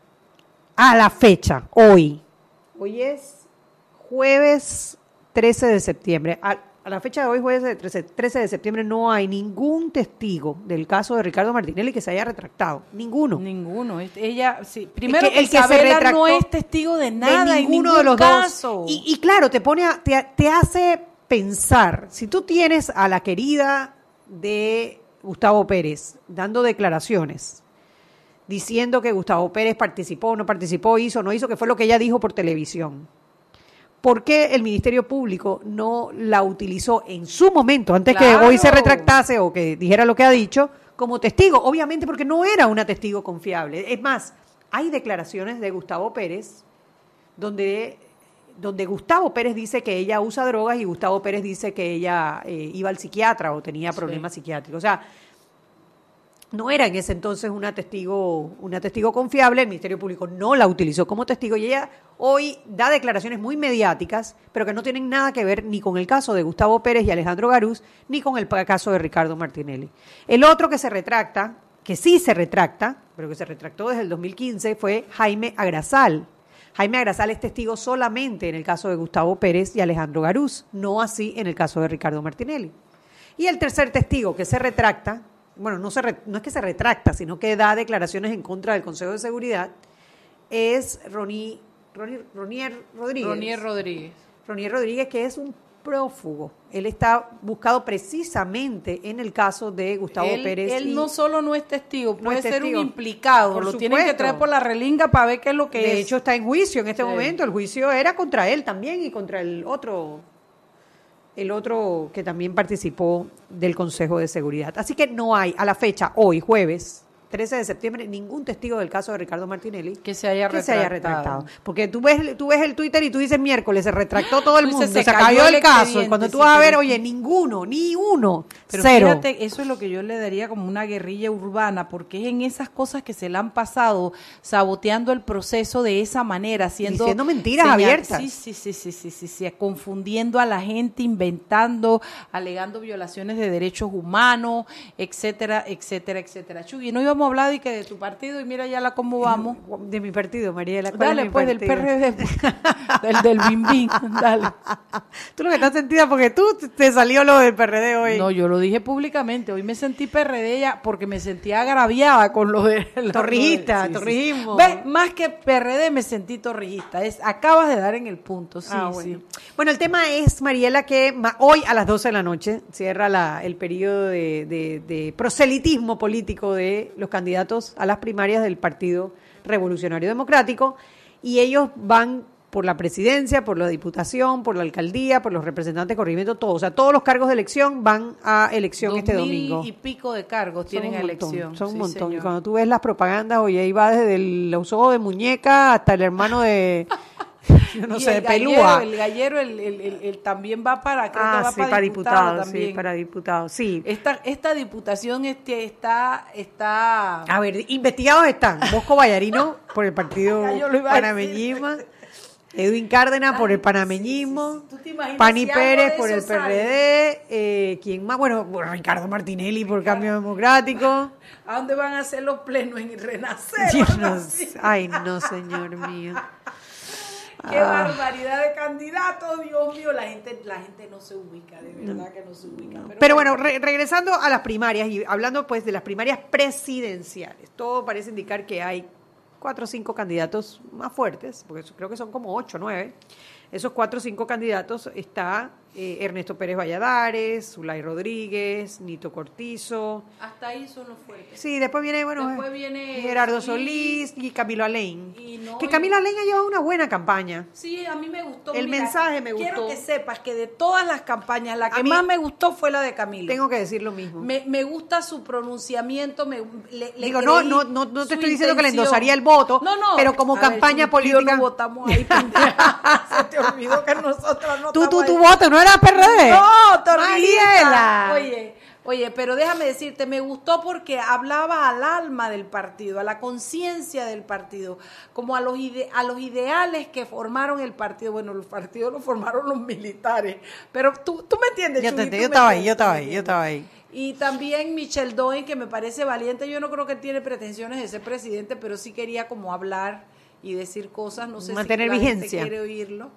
a la fecha, hoy. Hoy es jueves 13 de septiembre. A la fecha de hoy, jueves 13 de septiembre, no hay ningún testigo del caso de Ricardo Martinelli que se haya retractado. Ninguno. Ella, sí. Primero, el que Isabela se retractó no es testigo de nada, de en ninguno ningún de los caso. dos. Y claro, te hace pensar, si tú tienes a la querida de Gustavo Pérez dando declaraciones diciendo que Gustavo Pérez participó, no participó, hizo, no hizo, que fue lo que ella dijo por televisión. ¿Por qué el Ministerio Público no la utilizó en su momento, antes que hoy se retractase o que dijera lo que ha dicho, como testigo? Obviamente porque no era una testigo confiable. Es más, hay declaraciones de Gustavo Pérez donde Gustavo Pérez dice que ella usa drogas y Gustavo Pérez dice que ella iba al psiquiatra o tenía problemas psiquiátricos. O sea, no era en ese entonces una testigo confiable. El Ministerio Público no la utilizó como testigo y ella hoy da declaraciones muy mediáticas, pero que no tienen nada que ver ni con el caso de Gustavo Pérez y Alejandro Garús, ni con el caso de Ricardo Martinelli. El otro que se retracta, que sí se retracta, pero que se retractó desde el 2015, fue Jaime Agrasal. Jaime Agrasal es testigo solamente en el caso de Gustavo Pérez y Alejandro Garús, no así en el caso de Ricardo Martinelli. Y el tercer testigo que se retracta, bueno, no es que se retracta, sino que da declaraciones en contra del Consejo de Seguridad, es Ronier Rodríguez. Ronier Rodríguez, que es un prófugo. Él está buscado precisamente en el caso de Gustavo Pérez. Él no solo no es testigo, puede ser un implicado. Lo tienen que traer por la relinga para ver qué es lo que es. De hecho, está en juicio en este momento. El juicio era contra él también y contra el otro que también participó del Consejo de Seguridad. Así que no hay, a la fecha, hoy, jueves 13 de septiembre, ningún testigo del caso de Ricardo Martinelli que se haya retractado. Porque tú ves el Twitter y tú dices miércoles, se retractó todo el mundo, se cayó el caso. Y cuando tú vas a ver, oye, ni uno, pero cero. Fíjate, eso es lo que yo le daría como una guerrilla urbana, porque es en esas cosas que se le han pasado, saboteando el proceso de esa manera, diciendo mentiras abiertas. Sí, confundiendo a la gente, inventando, alegando violaciones de derechos humanos, etcétera, etcétera, etcétera. Chugui, no íbamos a hablar de tu partido y mira ya cómo vamos. De mi partido, Mariela. Dale, pues, del PRD, del Bimbín, dale. Tú lo que estás sentida porque tú te salió lo del PRD hoy. No, yo lo dije públicamente. Hoy me sentí PRD ya porque me sentía agraviada con lo de... torrijismo. ¿Ves? Más que PRD me sentí torrijista. Acabas de dar en el punto, Bueno, el tema es, Mariela, que hoy a las 12 de la noche cierra el periodo de proselitismo político de los candidatos a las primarias del Partido Revolucionario Democrático, y ellos van por la presidencia, por la diputación, por la alcaldía, por los representantes de corregimiento, todo. O sea, todos los cargos de elección van a elección este domingo. 2,000 y pico de cargos tienen elección. Son un montón. Y cuando tú ves las propagandas, oye, ahí va desde los ojos de muñeca hasta el hermano de... Yo no sé, de Pelúa. El gallero, el también va para, creo que va para diputado también. Sí, para diputado, sí. Esta diputación está... A ver, investigados están Bosco Vallarino por el partido panameñismo, Edwin Cárdenas por el panameñismo, Pani Pérez por el PRD, ¿quién más? Bueno, Ricardo Martinelli por Cambio Democrático. ¿A dónde van a hacer los plenos? En Renacer. Ay, no, señor mío. Qué barbaridad de candidatos, Dios mío, la gente no se ubica, de verdad que no se ubica. Pero bueno, regresando a las primarias y hablando pues de las primarias presidenciales, todo parece indicar que hay 4 o 5 candidatos más fuertes, porque creo que son como 8 o 9. Esos 4 o 5 candidatos está Ernesto Pérez Valladares, Zulay Rodríguez, Nito Cortizo. Hasta ahí son los fuertes. Sí, después viene Gerardo Solís y Camilo Alain. Camilo Alain ha llevado una buena campaña. Sí, a mí me gustó. El mensaje me gustó. Quiero que sepas que de todas las campañas, la que más me gustó fue la de Camilo. Tengo que decir lo mismo. Me gusta su pronunciamiento. No te estoy diciendo que le endosaría el voto, pero como campaña política. No votamos ahí. Se te olvidó que nosotros no tu voto no era PRD. No, Torriela. Oye, pero déjame decirte, me gustó porque hablaba al alma del partido, a la conciencia del partido, como a los ideales que formaron el partido. Bueno, el partido lo formaron los militares, pero tú me entiendes. Yo estaba ahí. Y también Michelle Doyle, que me parece valiente. Yo no creo que tiene pretensiones de ser presidente, pero sí quería como hablar y decir cosas. No sé mantener si la vigencia. gente quiere oírlo,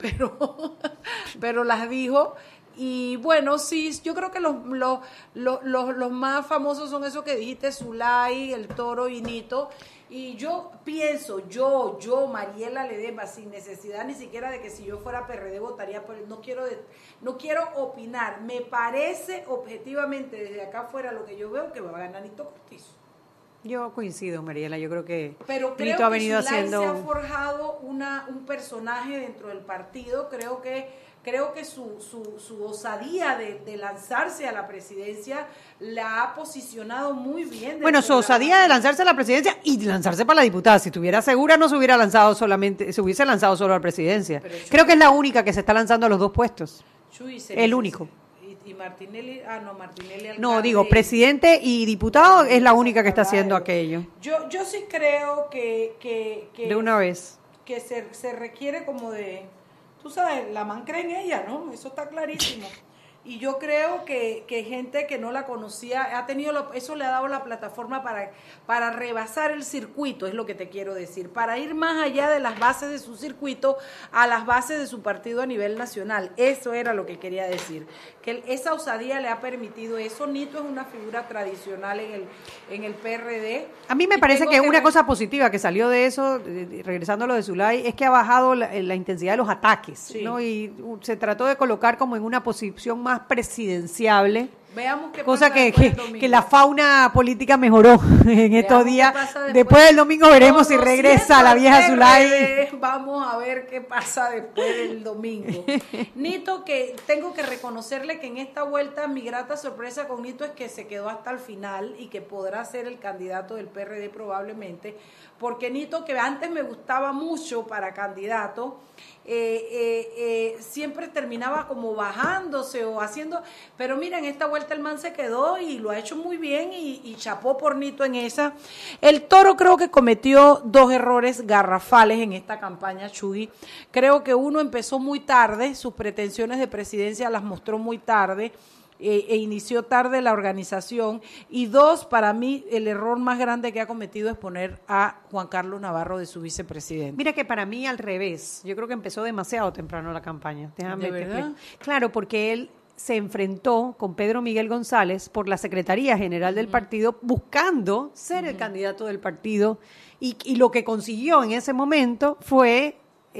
pero las dijo. Y bueno, sí, yo creo que los más famosos son esos que dijiste, Zulay, El Toro y Nito. Y yo pienso, yo Mariela Ledesma, sin necesidad ni siquiera de que si yo fuera PRD votaría por él, no quiero opinar. Me parece objetivamente desde acá afuera lo que yo veo que va a ganar Nito Cortizo. Yo coincido, Mariela, yo creo que pero creo Nito ha venido que Zulay haciendo... se ha forjado un personaje dentro del partido. Creo que su osadía de lanzarse a la presidencia la ha posicionado muy bien. Bueno, su osadía de lanzarse a la presidencia y lanzarse para la diputada. Si estuviera segura, no se hubiera lanzado solamente, se hubiese lanzado solo a la presidencia. Creo que es la única que se está lanzando a los dos puestos. El único. Y Martinelli, Martinelli alcalde. No, digo, presidente y diputado es la única que está haciendo aquello. Yo sí creo que de una vez. Que se requiere como de, tú sabes, la man cree en ella, ¿no? Eso está clarísimo. Y yo creo que gente que no la conocía ha tenido eso le ha dado la plataforma para rebasar el circuito, es lo que te quiero decir, para ir más allá de las bases de su circuito a las bases de su partido a nivel nacional. Eso era lo que quería decir, que esa osadía le ha permitido eso. Nito es una figura tradicional en el PRD. A mí me parece que una cosa positiva que salió de eso, regresando a lo de Zulay, es que ha bajado la intensidad de los ataques, sí, ¿no? Y se trató de colocar como en una posición más presidenciable. Veamos qué cosa pasa que la fauna política mejoró en estos días. Después del domingo veremos si regresa la vieja Zulay. Vamos a ver qué pasa después del domingo. Nito, que tengo que reconocerle que en esta vuelta mi grata sorpresa con Nito es que se quedó hasta el final y que podrá ser el candidato del PRD probablemente, porque Nito, que antes me gustaba mucho para candidato, siempre terminaba como bajándose o haciendo, pero mira, en esta vuelta el man se quedó y lo ha hecho muy bien y chapó por Nito en esa. El Toro creo que cometió dos errores garrafales en esta campaña, Chuy. Creo que uno, empezó muy tarde, sus pretensiones de presidencia las mostró muy tarde. Inició tarde la organización, y dos, para mí el error más grande que ha cometido es poner a Juan Carlos Navarro de su vicepresidente. Mira que para mí al revés, yo creo que empezó demasiado temprano la campaña. ¿De verdad? Claro, porque él se enfrentó con Pedro Miguel González por la Secretaría General del partido, buscando ser el candidato del partido, y lo que consiguió en ese momento fue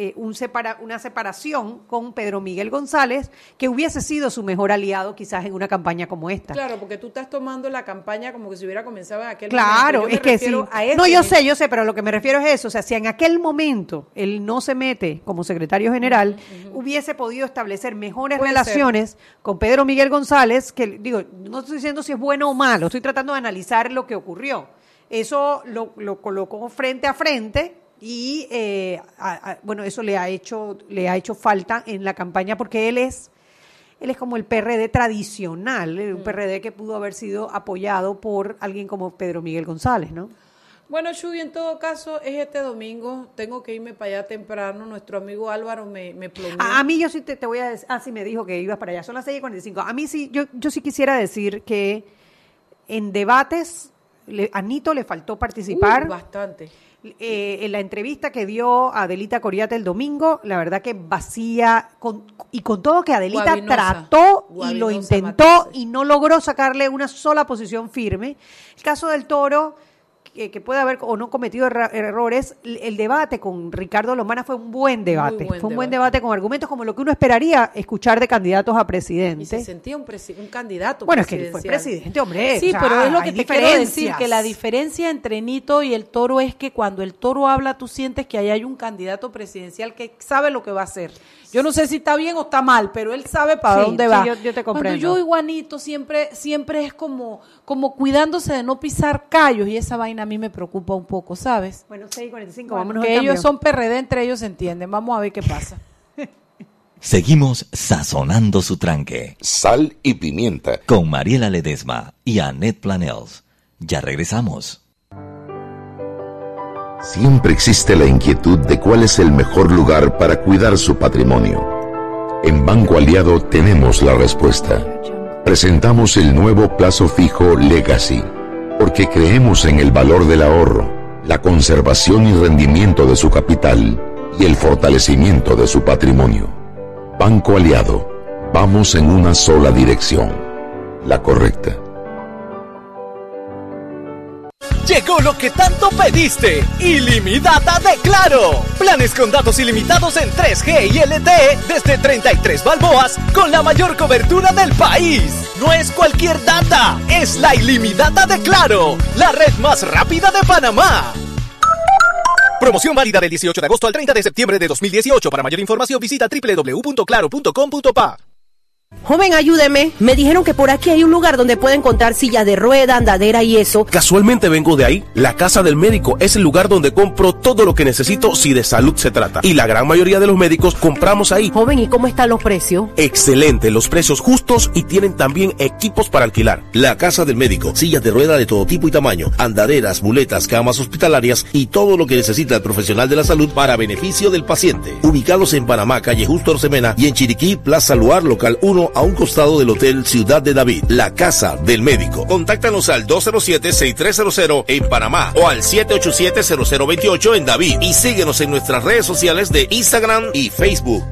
una separación con Pedro Miguel González, que hubiese sido su mejor aliado quizás en una campaña como esta. Claro, porque tú estás tomando la campaña como que si hubiera comenzado en aquel momento. Claro, es que sí. No, yo sé, pero lo que me refiero es eso. O sea, si en aquel momento él no se mete como secretario general, hubiese podido establecer mejores relaciones con Pedro Miguel González, que digo, no estoy diciendo si es bueno o malo, estoy tratando de analizar lo que ocurrió. Eso lo colocó frente a frente. Y bueno, eso le ha hecho falta en la campaña, porque él es como el PRD tradicional, un PRD que pudo haber sido apoyado por alguien como Pedro Miguel González, ¿no? Bueno, Chuy, en todo caso, es este domingo, tengo que irme para allá temprano, nuestro amigo Álvaro me plomeó. A mí yo sí te voy a decir, sí me dijo que ibas para allá, son las 6:45. A mí sí, yo sí quisiera decir que en debates a Nito le faltó participar. Bastante. En la entrevista que dio Adelita Coriate el domingo, la verdad que vacía, con todo que Adelita trató y lo intentó y no logró sacarle una sola posición firme. El caso del Toro, que puede haber o no cometido errores, el debate con Ricardo Lombana fue un buen debate. Fue un buen debate con argumentos como lo que uno esperaría escuchar de candidatos a presidente. Y se sentía un candidato. Bueno, es que fue presidente, hombre. Sí, pero es lo que te quiero decir, que la diferencia entre Nito y el Toro es que cuando el Toro habla, tú sientes que ahí hay un candidato presidencial que sabe lo que va a hacer. Yo no sé si está bien o está mal, pero él sabe para dónde va. Yo te comprendo. Cuando yo oigo a Nito, siempre es como cuidándose de no pisar callos, y esa vaina a mí me preocupa un poco, ¿sabes? Bueno, 6:45, vámonos. Que ellos son PRD, entre ellos se entienden. Vamos a ver qué pasa. Seguimos sazonando su tranque. Sal y pimienta. Con Mariela Ledesma y Annette Planels. Ya regresamos. Siempre existe la inquietud de cuál es el mejor lugar para cuidar su patrimonio. En Banco Aliado tenemos la respuesta. Presentamos el nuevo plazo fijo Legacy, porque creemos en el valor del ahorro, la conservación y rendimiento de su capital y el fortalecimiento de su patrimonio. Banco Aliado, vamos en una sola dirección, la correcta. Llegó lo que tanto pediste, ilimitada de Claro. Planes con datos ilimitados en 3G y LTE desde 33 balboas con la mayor cobertura del país. No es cualquier data, es la ilimitada de Claro, la red más rápida de Panamá. Promoción válida del 18 de agosto al 30 de septiembre de 2018. Para mayor información visita www.claro.com.pa. Joven, ayúdeme. Me dijeron que por aquí hay un lugar donde pueden encontrar sillas de rueda, andadera y eso. Casualmente vengo de ahí. La casa del médico es el lugar donde compro todo lo que necesito si de salud se trata. Y la gran mayoría de los médicos compramos ahí. Joven, ¿y cómo están los precios? Excelente, los precios justos y tienen también equipos para alquilar. La casa del médico, sillas de rueda de todo tipo y tamaño, andaderas, muletas, camas hospitalarias y todo lo que necesita el profesional de la salud para beneficio del paciente. Ubicados en Panamá, calle Justo Orsemena y en Chiriquí, Plaza Luar, local 1 a un costado del Hotel Ciudad de David. La casa del médico. Contáctanos al 207-6300 en Panamá o al 787-0028 en David y síguenos en nuestras redes sociales de Instagram y Facebook.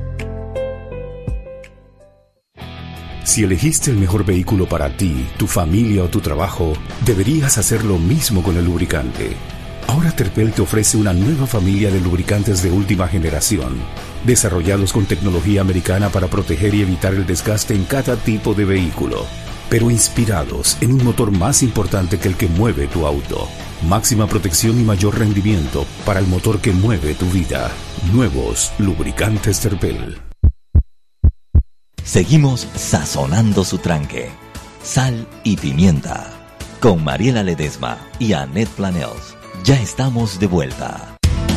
Si elegiste el mejor vehículo para ti, tu familia o tu trabajo, deberías hacer lo mismo con el lubricante. Ahora Terpel te ofrece una nueva familia de lubricantes de última generación, desarrollados con tecnología americana para proteger y evitar el desgaste en cada tipo de vehículo, pero inspirados en un motor más importante que el que mueve tu auto. Máxima protección y mayor rendimiento para el motor que mueve tu vida. Nuevos lubricantes Terpel. Seguimos sazonando su tranque. Sal y pimienta. Con Mariela Ledesma y Annette Planels. Ya estamos de vuelta.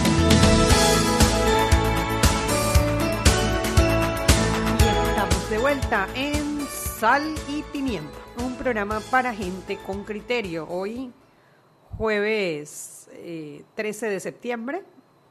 Estamos de vuelta en Sal y Pimienta, un programa para gente con criterio. Hoy, jueves 13 de septiembre.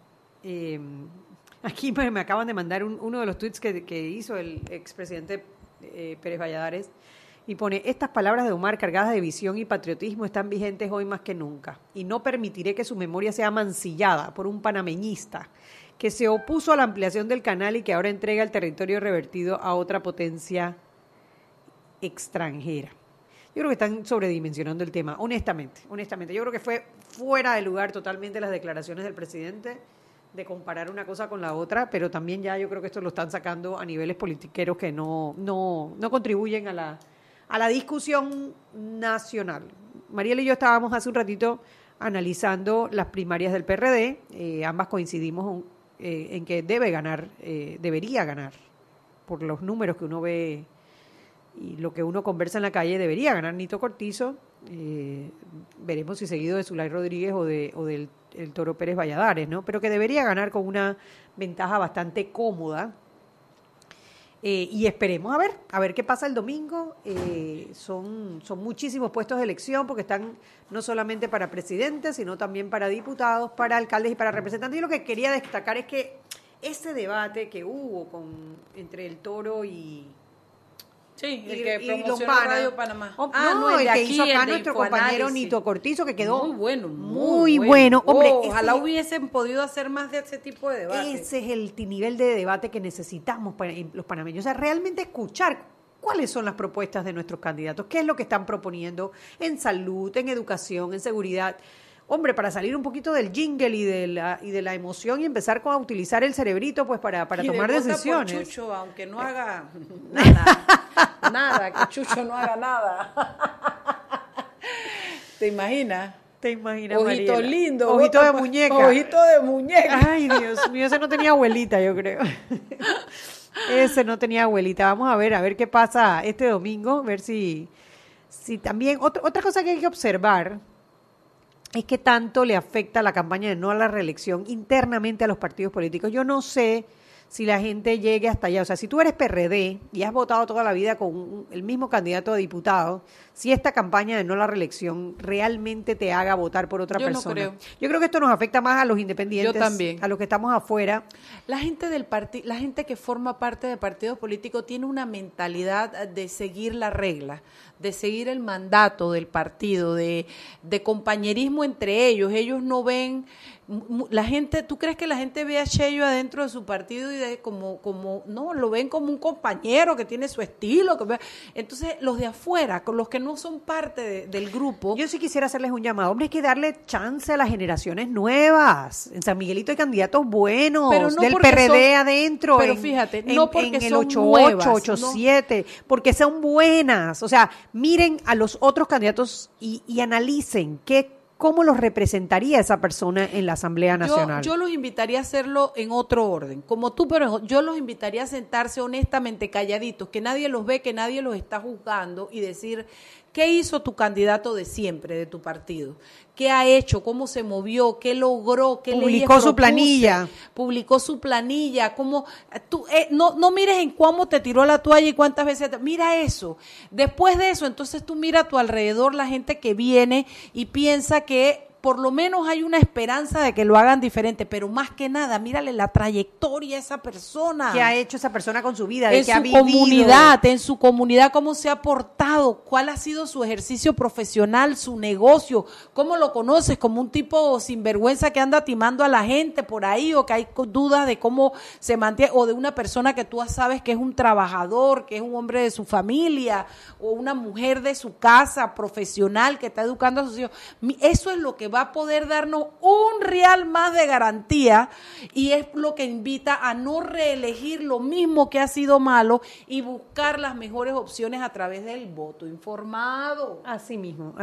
Aquí me acaban de mandar uno de los tweets que hizo el expresidente Pérez Valladares. Y pone, estas palabras de Omar cargadas de visión y patriotismo están vigentes hoy más que nunca. Y no permitiré que su memoria sea mancillada por un panameñista que se opuso a la ampliación del canal y que ahora entrega el territorio revertido a otra potencia extranjera. Yo creo que están sobredimensionando el tema, honestamente. Yo creo que fue fuera de lugar totalmente las declaraciones del presidente de comparar una cosa con la otra, pero también ya yo creo que esto lo están sacando a niveles politiqueros que no contribuyen a la discusión nacional. Mariela y yo estábamos hace un ratito analizando las primarias del PRD. Ambas coincidimos en que debería ganar, por los números que uno ve y lo que uno conversa en la calle, debería ganar Nito Cortizo. Veremos si seguido de Zulay Rodríguez o del el Toro Pérez Valladares, ¿no? Pero que debería ganar con una ventaja bastante cómoda. Y esperemos a ver qué pasa el domingo. Son muchísimos puestos de elección porque están no solamente para presidentes, sino también para diputados, para alcaldes y para representantes. Y lo que quería destacar es que ese debate que hubo entre el Toro y... Sí, el que promocionó los Radio Panamá. El que hizo acá nuestro compañero Nito Cortizo, que quedó muy bueno. Hombre, ojalá hubiesen podido hacer más de ese tipo de debate. Ese es el nivel de debate que necesitamos los panameños. O sea, realmente escuchar cuáles son las propuestas de nuestros candidatos, qué es lo que están proponiendo en salud, en educación, en seguridad. Hombre, para salir un poquito del jingle y de la emoción y empezar a utilizar el cerebrito pues para tomar decisiones. Por Chucho, aunque no haga nada, que Chucho no haga nada. ¿Te imaginas? Ojito Mariela. Lindo. Ojito de muñeca. Ojito de muñeca. Ay, Dios mío, ese no tenía abuelita, yo creo. Ese no tenía abuelita. Vamos a ver qué pasa este domingo, ver si también... Otra cosa que hay que observar es que tanto le afecta la campaña de no a la reelección internamente a los partidos políticos. Yo no sé si la gente llegue hasta allá. O sea, si tú eres PRD y has votado toda la vida con el mismo candidato a diputado, si esta campaña de no a la reelección realmente te haga votar por otra persona. No creo. Yo creo que esto nos afecta más a los independientes, yo también, a los que estamos afuera. La gente que forma parte de partidos políticos tiene una mentalidad de seguir la regla, de seguir el mandato del partido, de compañerismo entre ellos. Ellos no ven, la gente, ¿tú crees que la gente ve a Cheyo adentro de su partido y como no, lo ven como un compañero que tiene su estilo? Entonces, los de afuera, con los que no son parte del grupo. Yo sí quisiera hacerles un llamado. Hombre, hay que darle chance a las generaciones nuevas. En San Miguelito hay candidatos buenos, pero no del PRD adentro. Pero fíjate, no porque en el son 88, nuevas, 87, porque son buenas. O sea, miren a los otros candidatos y analicen cómo los representaría esa persona en la Asamblea Nacional. Yo los invitaría a hacerlo en otro orden, como tú, pero yo los invitaría a sentarse honestamente, calladitos, que nadie los ve, que nadie los está juzgando y decir, ¿qué hizo tu candidato de siempre, de tu partido? ¿Qué ha hecho? ¿Cómo se movió? ¿Qué logró? ¿Qué publicó su planilla? Publicó su planilla. ¿Cómo? Tú, no mires en cómo te tiró la toalla y cuántas veces. Mira eso. Después de eso, entonces tú mira a tu alrededor la gente que viene y piensa que por lo menos hay una esperanza de que lo hagan diferente, pero más que nada, mírale la trayectoria a esa persona. ¿Qué ha hecho esa persona con su vida? En su comunidad, cómo se ha portado, cuál ha sido su ejercicio profesional, su negocio, cómo lo conoces, como un tipo sinvergüenza que anda timando a la gente por ahí, o que hay dudas de cómo se mantiene, o de una persona que tú sabes que es un trabajador, que es un hombre de su familia, o una mujer de su casa, profesional, que está educando a sus hijos. Eso es lo que va a poder darnos un real más de garantía, y es lo que invita a no reelegir lo mismo que ha sido malo y buscar las mejores opciones a través del voto informado. Así mismo.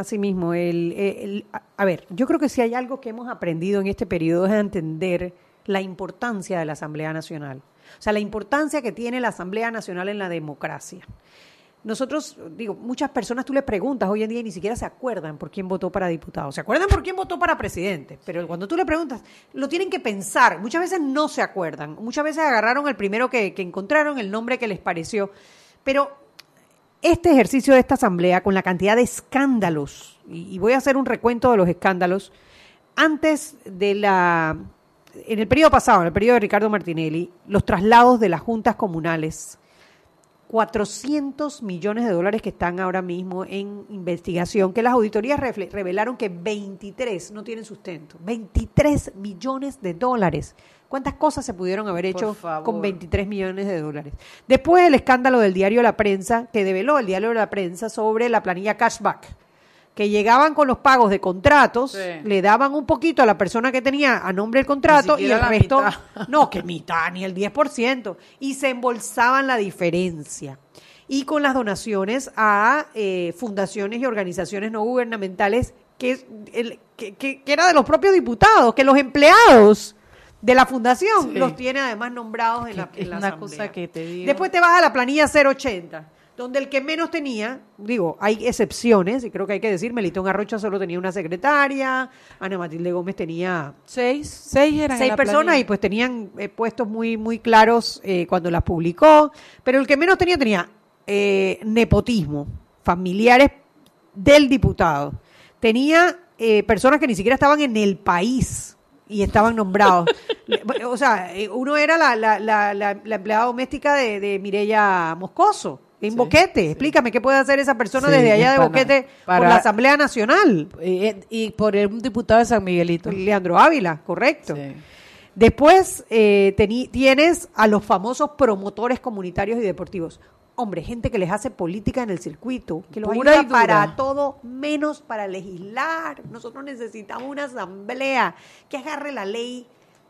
A ver, yo creo que si hay algo que hemos aprendido en este periodo es a entender la importancia de la Asamblea Nacional. O sea, la importancia que tiene la Asamblea Nacional en la democracia. Nosotros, muchas personas tú les preguntas hoy en día y ni siquiera se acuerdan por quién votó para diputado. Se acuerdan por quién votó para presidente, pero cuando tú le preguntas, lo tienen que pensar. Muchas veces no se acuerdan. Muchas veces agarraron el primero que encontraron, el nombre que les pareció. Pero este ejercicio de esta asamblea, con la cantidad de escándalos, y voy a hacer un recuento de los escándalos, antes de en el periodo pasado, en el periodo de Ricardo Martinelli, los traslados de las juntas comunales, $400 millones que están ahora mismo en investigación, que las auditorías revelaron que 23 no tienen sustento. $23 millones. ¿Cuántas cosas se pudieron haber hecho con $23 millones? Después el escándalo del diario La Prensa, que develó el diario La Prensa sobre la planilla cashback, que llegaban con los pagos de contratos, le daban un poquito a la persona que tenía a nombre del contrato y el resto, no, que mitad, ni el 10%, y se embolsaban la diferencia. Y con las donaciones a fundaciones y organizaciones no gubernamentales que era de los propios diputados, que los empleados de la fundación los tiene además nombrados en la asamblea. Cosa que te digo. Después te vas a la planilla 080, donde el que menos tenía, hay excepciones, y creo que hay que decir, Melitón Arrocha solo tenía una secretaria, Ana Matilde Gómez tenía seis personas, planilla. Y pues tenían puestos muy, muy claros cuando las publicó, pero el que menos tenía nepotismo, familiares del diputado, tenía personas que ni siquiera estaban en el país y estaban nombrados. O sea, uno era la empleada doméstica de Mireya Moscoso, en Boquete. Explícame, ¿qué puede hacer esa persona desde allá de Boquete por la Asamblea Nacional? Y por un diputado de San Miguelito. Leandro Ávila, correcto. Sí. Después tienes a los famosos promotores comunitarios y deportivos. Hombre, gente que les hace política en el circuito, que los ayuda para todo menos para legislar. Nosotros necesitamos una asamblea que agarre la ley,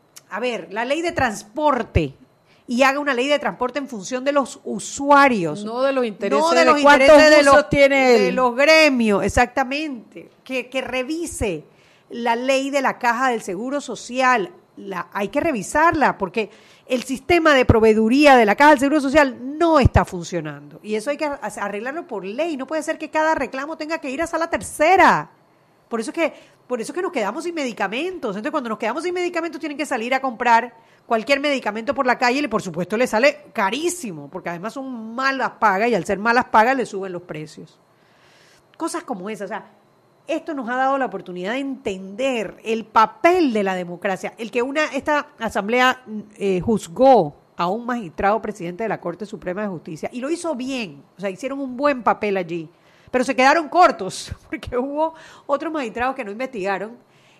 la ley de transporte, y haga una ley de transporte en función de los usuarios. No de los intereses, no de los intereses de los gremios, exactamente. Que revise la ley de la Caja del Seguro Social. Hay que revisarla porque el sistema de proveeduría de la Caja del Seguro Social no está funcionando. Y eso hay que arreglarlo por ley. No puede ser que cada reclamo tenga que ir a sala tercera. Por eso es que nos quedamos sin medicamentos. Entonces, cuando nos quedamos sin medicamentos, tienen que salir a comprar cualquier medicamento por la calle y, por supuesto, le sale carísimo, porque además son malas pagas y al ser malas pagas le suben los precios. Cosas como esas. O sea, esto nos ha dado la oportunidad de entender el papel de la democracia. El que esta asamblea juzgó a un magistrado presidente de la Corte Suprema de Justicia y lo hizo bien. O sea, hicieron un buen papel allí. pero se quedaron cortos, porque hubo otros magistrados que no investigaron.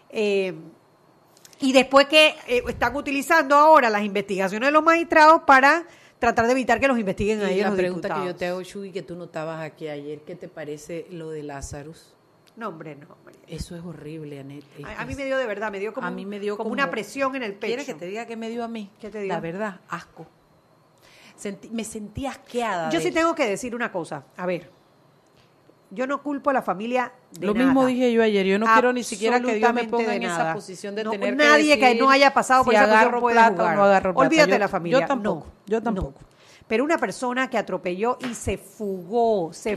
Y después que están utilizando ahora las investigaciones de los magistrados para tratar de evitar que los investiguen a ellos los diputados. La pregunta que yo te hago, Chuy, que tú no estabas aquí ayer, ¿qué te parece lo de Lazarus? No, hombre, no, María. Eso es horrible, Anet. A mí me dio de verdad, me dio como, como una presión en el pecho. ¿Quieres que te diga qué me dio a mí? ¿Qué te dio? La verdad, asco. Me sentí asqueada. Yo sí tengo que decir una cosa. A ver, yo no culpo a la familia de Lo nada. mismo dije yo ayer. Yo no quiero ni siquiera que Dios me ponga en esa posición de tener que nadie que no haya pasado por esa posición puede jugar. No agarro plata. Olvídate de la familia. Yo tampoco. No. Pero una persona que atropelló y se fugó, se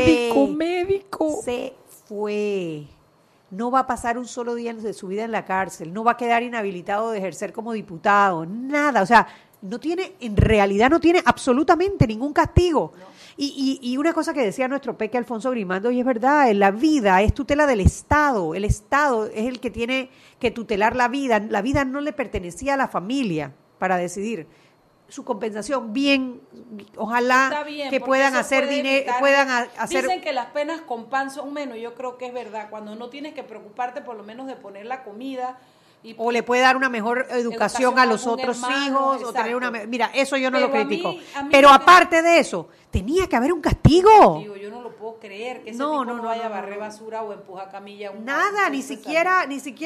fue. No va a pasar un solo día de su vida en la cárcel, no va a quedar inhabilitado de ejercer como diputado, nada. O sea, en realidad no tiene absolutamente ningún castigo. No. Y una cosa que decía nuestro peque Alfonso Grimando, y es verdad, la vida es tutela del Estado. El Estado es el que tiene que tutelar la vida. La vida no le pertenecía a la familia para decidir su compensación. Bien, ojalá bien, que puedan hacer dinero, Dicen que las penas con pan son menos. Yo creo que es verdad. Cuando no tienes que preocuparte por lo menos de poner la comida. O le puede dar una mejor educación a los otros hijos, exacto. O tener una... Mira, eso yo no lo critico. A mí pero aparte de eso, tenía que haber un castigo. Digo, yo no lo puedo creer que ese tipo no vaya a barrer basura o empujar camilla. Nada, ni siquiera,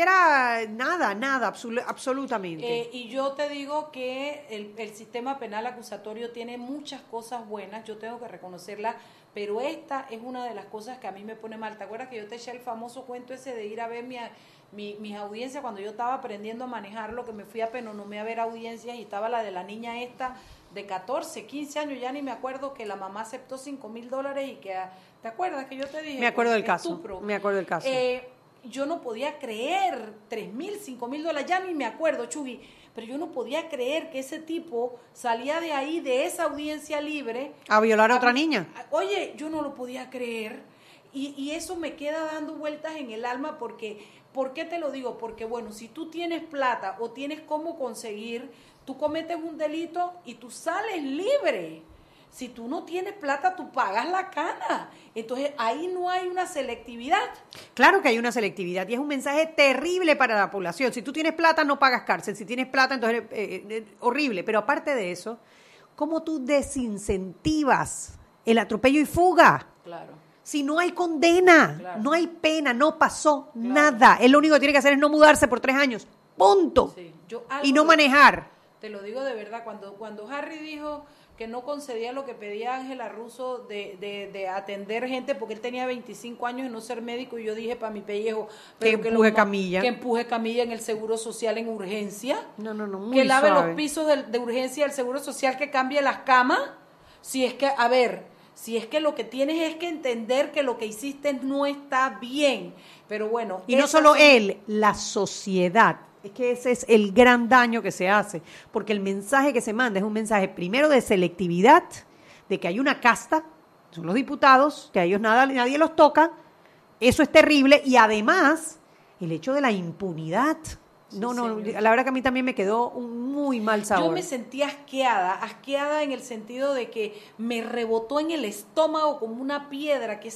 nada, absolutamente. Y yo te digo que el sistema penal acusatorio tiene muchas cosas buenas, yo tengo que reconocerlas, pero esta es una de las cosas que a mí me pone mal. ¿Te acuerdas que yo te eché el famoso cuento ese de ir a ver mis audiencias cuando yo estaba aprendiendo a manejarlo, que me fui a Penonomé a ver audiencias y estaba la de la niña esta de 14, 15 años, ya ni me acuerdo, que la mamá aceptó $5,000 y que, ¿te acuerdas que yo te dije? Me acuerdo del caso. Yo no podía creer, $3,000, $5,000, ya ni me acuerdo, Chugui, pero yo no podía creer que ese tipo salía de ahí, de esa audiencia libre. A violar a otra niña. Oye, yo no lo podía creer y eso me queda dando vueltas en el alma porque, ¿por qué te lo digo? Porque bueno, si tú tienes plata o tienes cómo conseguir, tú cometes un delito y tú sales libre. Si tú no tienes plata, tú pagas la cana. Entonces, ahí no hay una selectividad. Claro que hay una selectividad y es un mensaje terrible para la población. Si tú tienes plata, no pagas cárcel. Si tienes plata, entonces horrible. Pero aparte de eso, ¿cómo tú desincentivas el atropello y fuga? Claro. Si no hay condena, claro. No hay pena, no pasó nada. Él lo único que tiene que hacer es no mudarse por 3 años. Punto. Sí. Y no manejar. Te lo digo de verdad, cuando Harry dijo que no concedía lo que pedía Ángela Russo de atender gente porque él tenía 25 años y no ser médico, y yo dije para mi pellejo, pero que empuje camilla. Que empuje camilla en el Seguro Social en urgencia. Muy que lave suave. los pisos de urgencia del Seguro Social, que cambie las camas. Si es que lo que tienes es que entender que lo que hiciste no está bien. Pero bueno. Y no solo él, la sociedad. Es que ese es el gran daño que se hace, porque el mensaje que se manda es un mensaje primero de selectividad, de que hay una casta, son los diputados, que a ellos nadie los toca, eso es terrible, y además el hecho de la impunidad. La verdad que a mí también me quedó un muy mal sabor. Yo me sentí asqueada en el sentido de que me rebotó en el estómago como una piedra que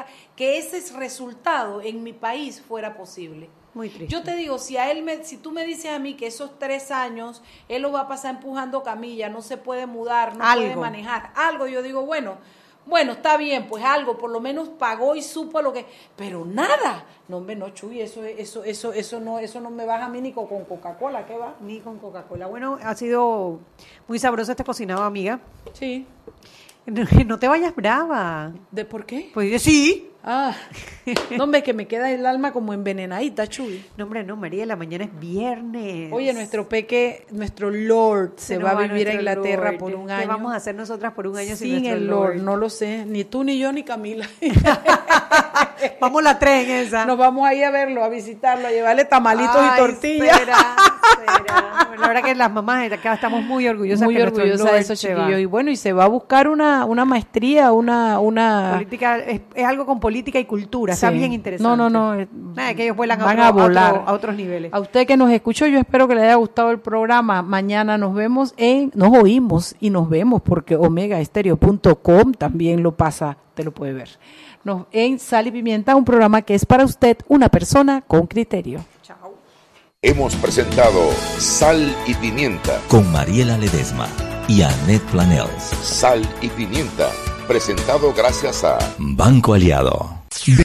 ese resultado en mi país fuera posible. Muy triste. Yo te digo, si tú me dices a mí que esos 3 años él lo va a pasar empujando camilla, no se puede mudar, no puede manejar, algo, yo digo, bueno, está bien, pues algo, por lo menos pagó y supo lo que, pero nada. No, hombre, no, Chuy, eso no me baja a mí ni con Coca-Cola, ¿qué va? Ni con Coca-Cola. Bueno, ha sido muy sabroso este cocinado, amiga. Sí. No te vayas brava. ¿De por qué? Pues sí. No, hombre, que me queda el alma como envenenadita, Chuy. No, hombre, no, María, la mañana es viernes. Oye, nuestro Lord se va a vivir a Inglaterra por un año. ¿Qué vamos a hacer nosotras por un año sin nuestro Lord? No lo sé, ni tú, ni yo, ni Camila. Vamos las 3 en esa. Nos vamos ahí a verlo, a visitarlo, a llevarle tamalitos y tortillas. Espera. Bueno, la verdad que las mamás de acá estamos muy orgullosas. Muy orgullosas de eso, chiquillos. Y bueno, y se va a buscar una maestría, una... Política, es algo con política y cultura, está bien interesante. No. Que ellos van a volar a otros niveles. A usted que nos escuchó, yo espero que le haya gustado el programa. Mañana nos oímos y nos vemos, porque omegaestereo.com también lo pasa te lo puede ver. En Sal y Pimienta, un programa que es para usted, una persona con criterio. Chao. Hemos presentado Sal y Pimienta con Mariela Ledesma y Annette Planels. Sal y Pimienta, presentado gracias a Banco Aliado.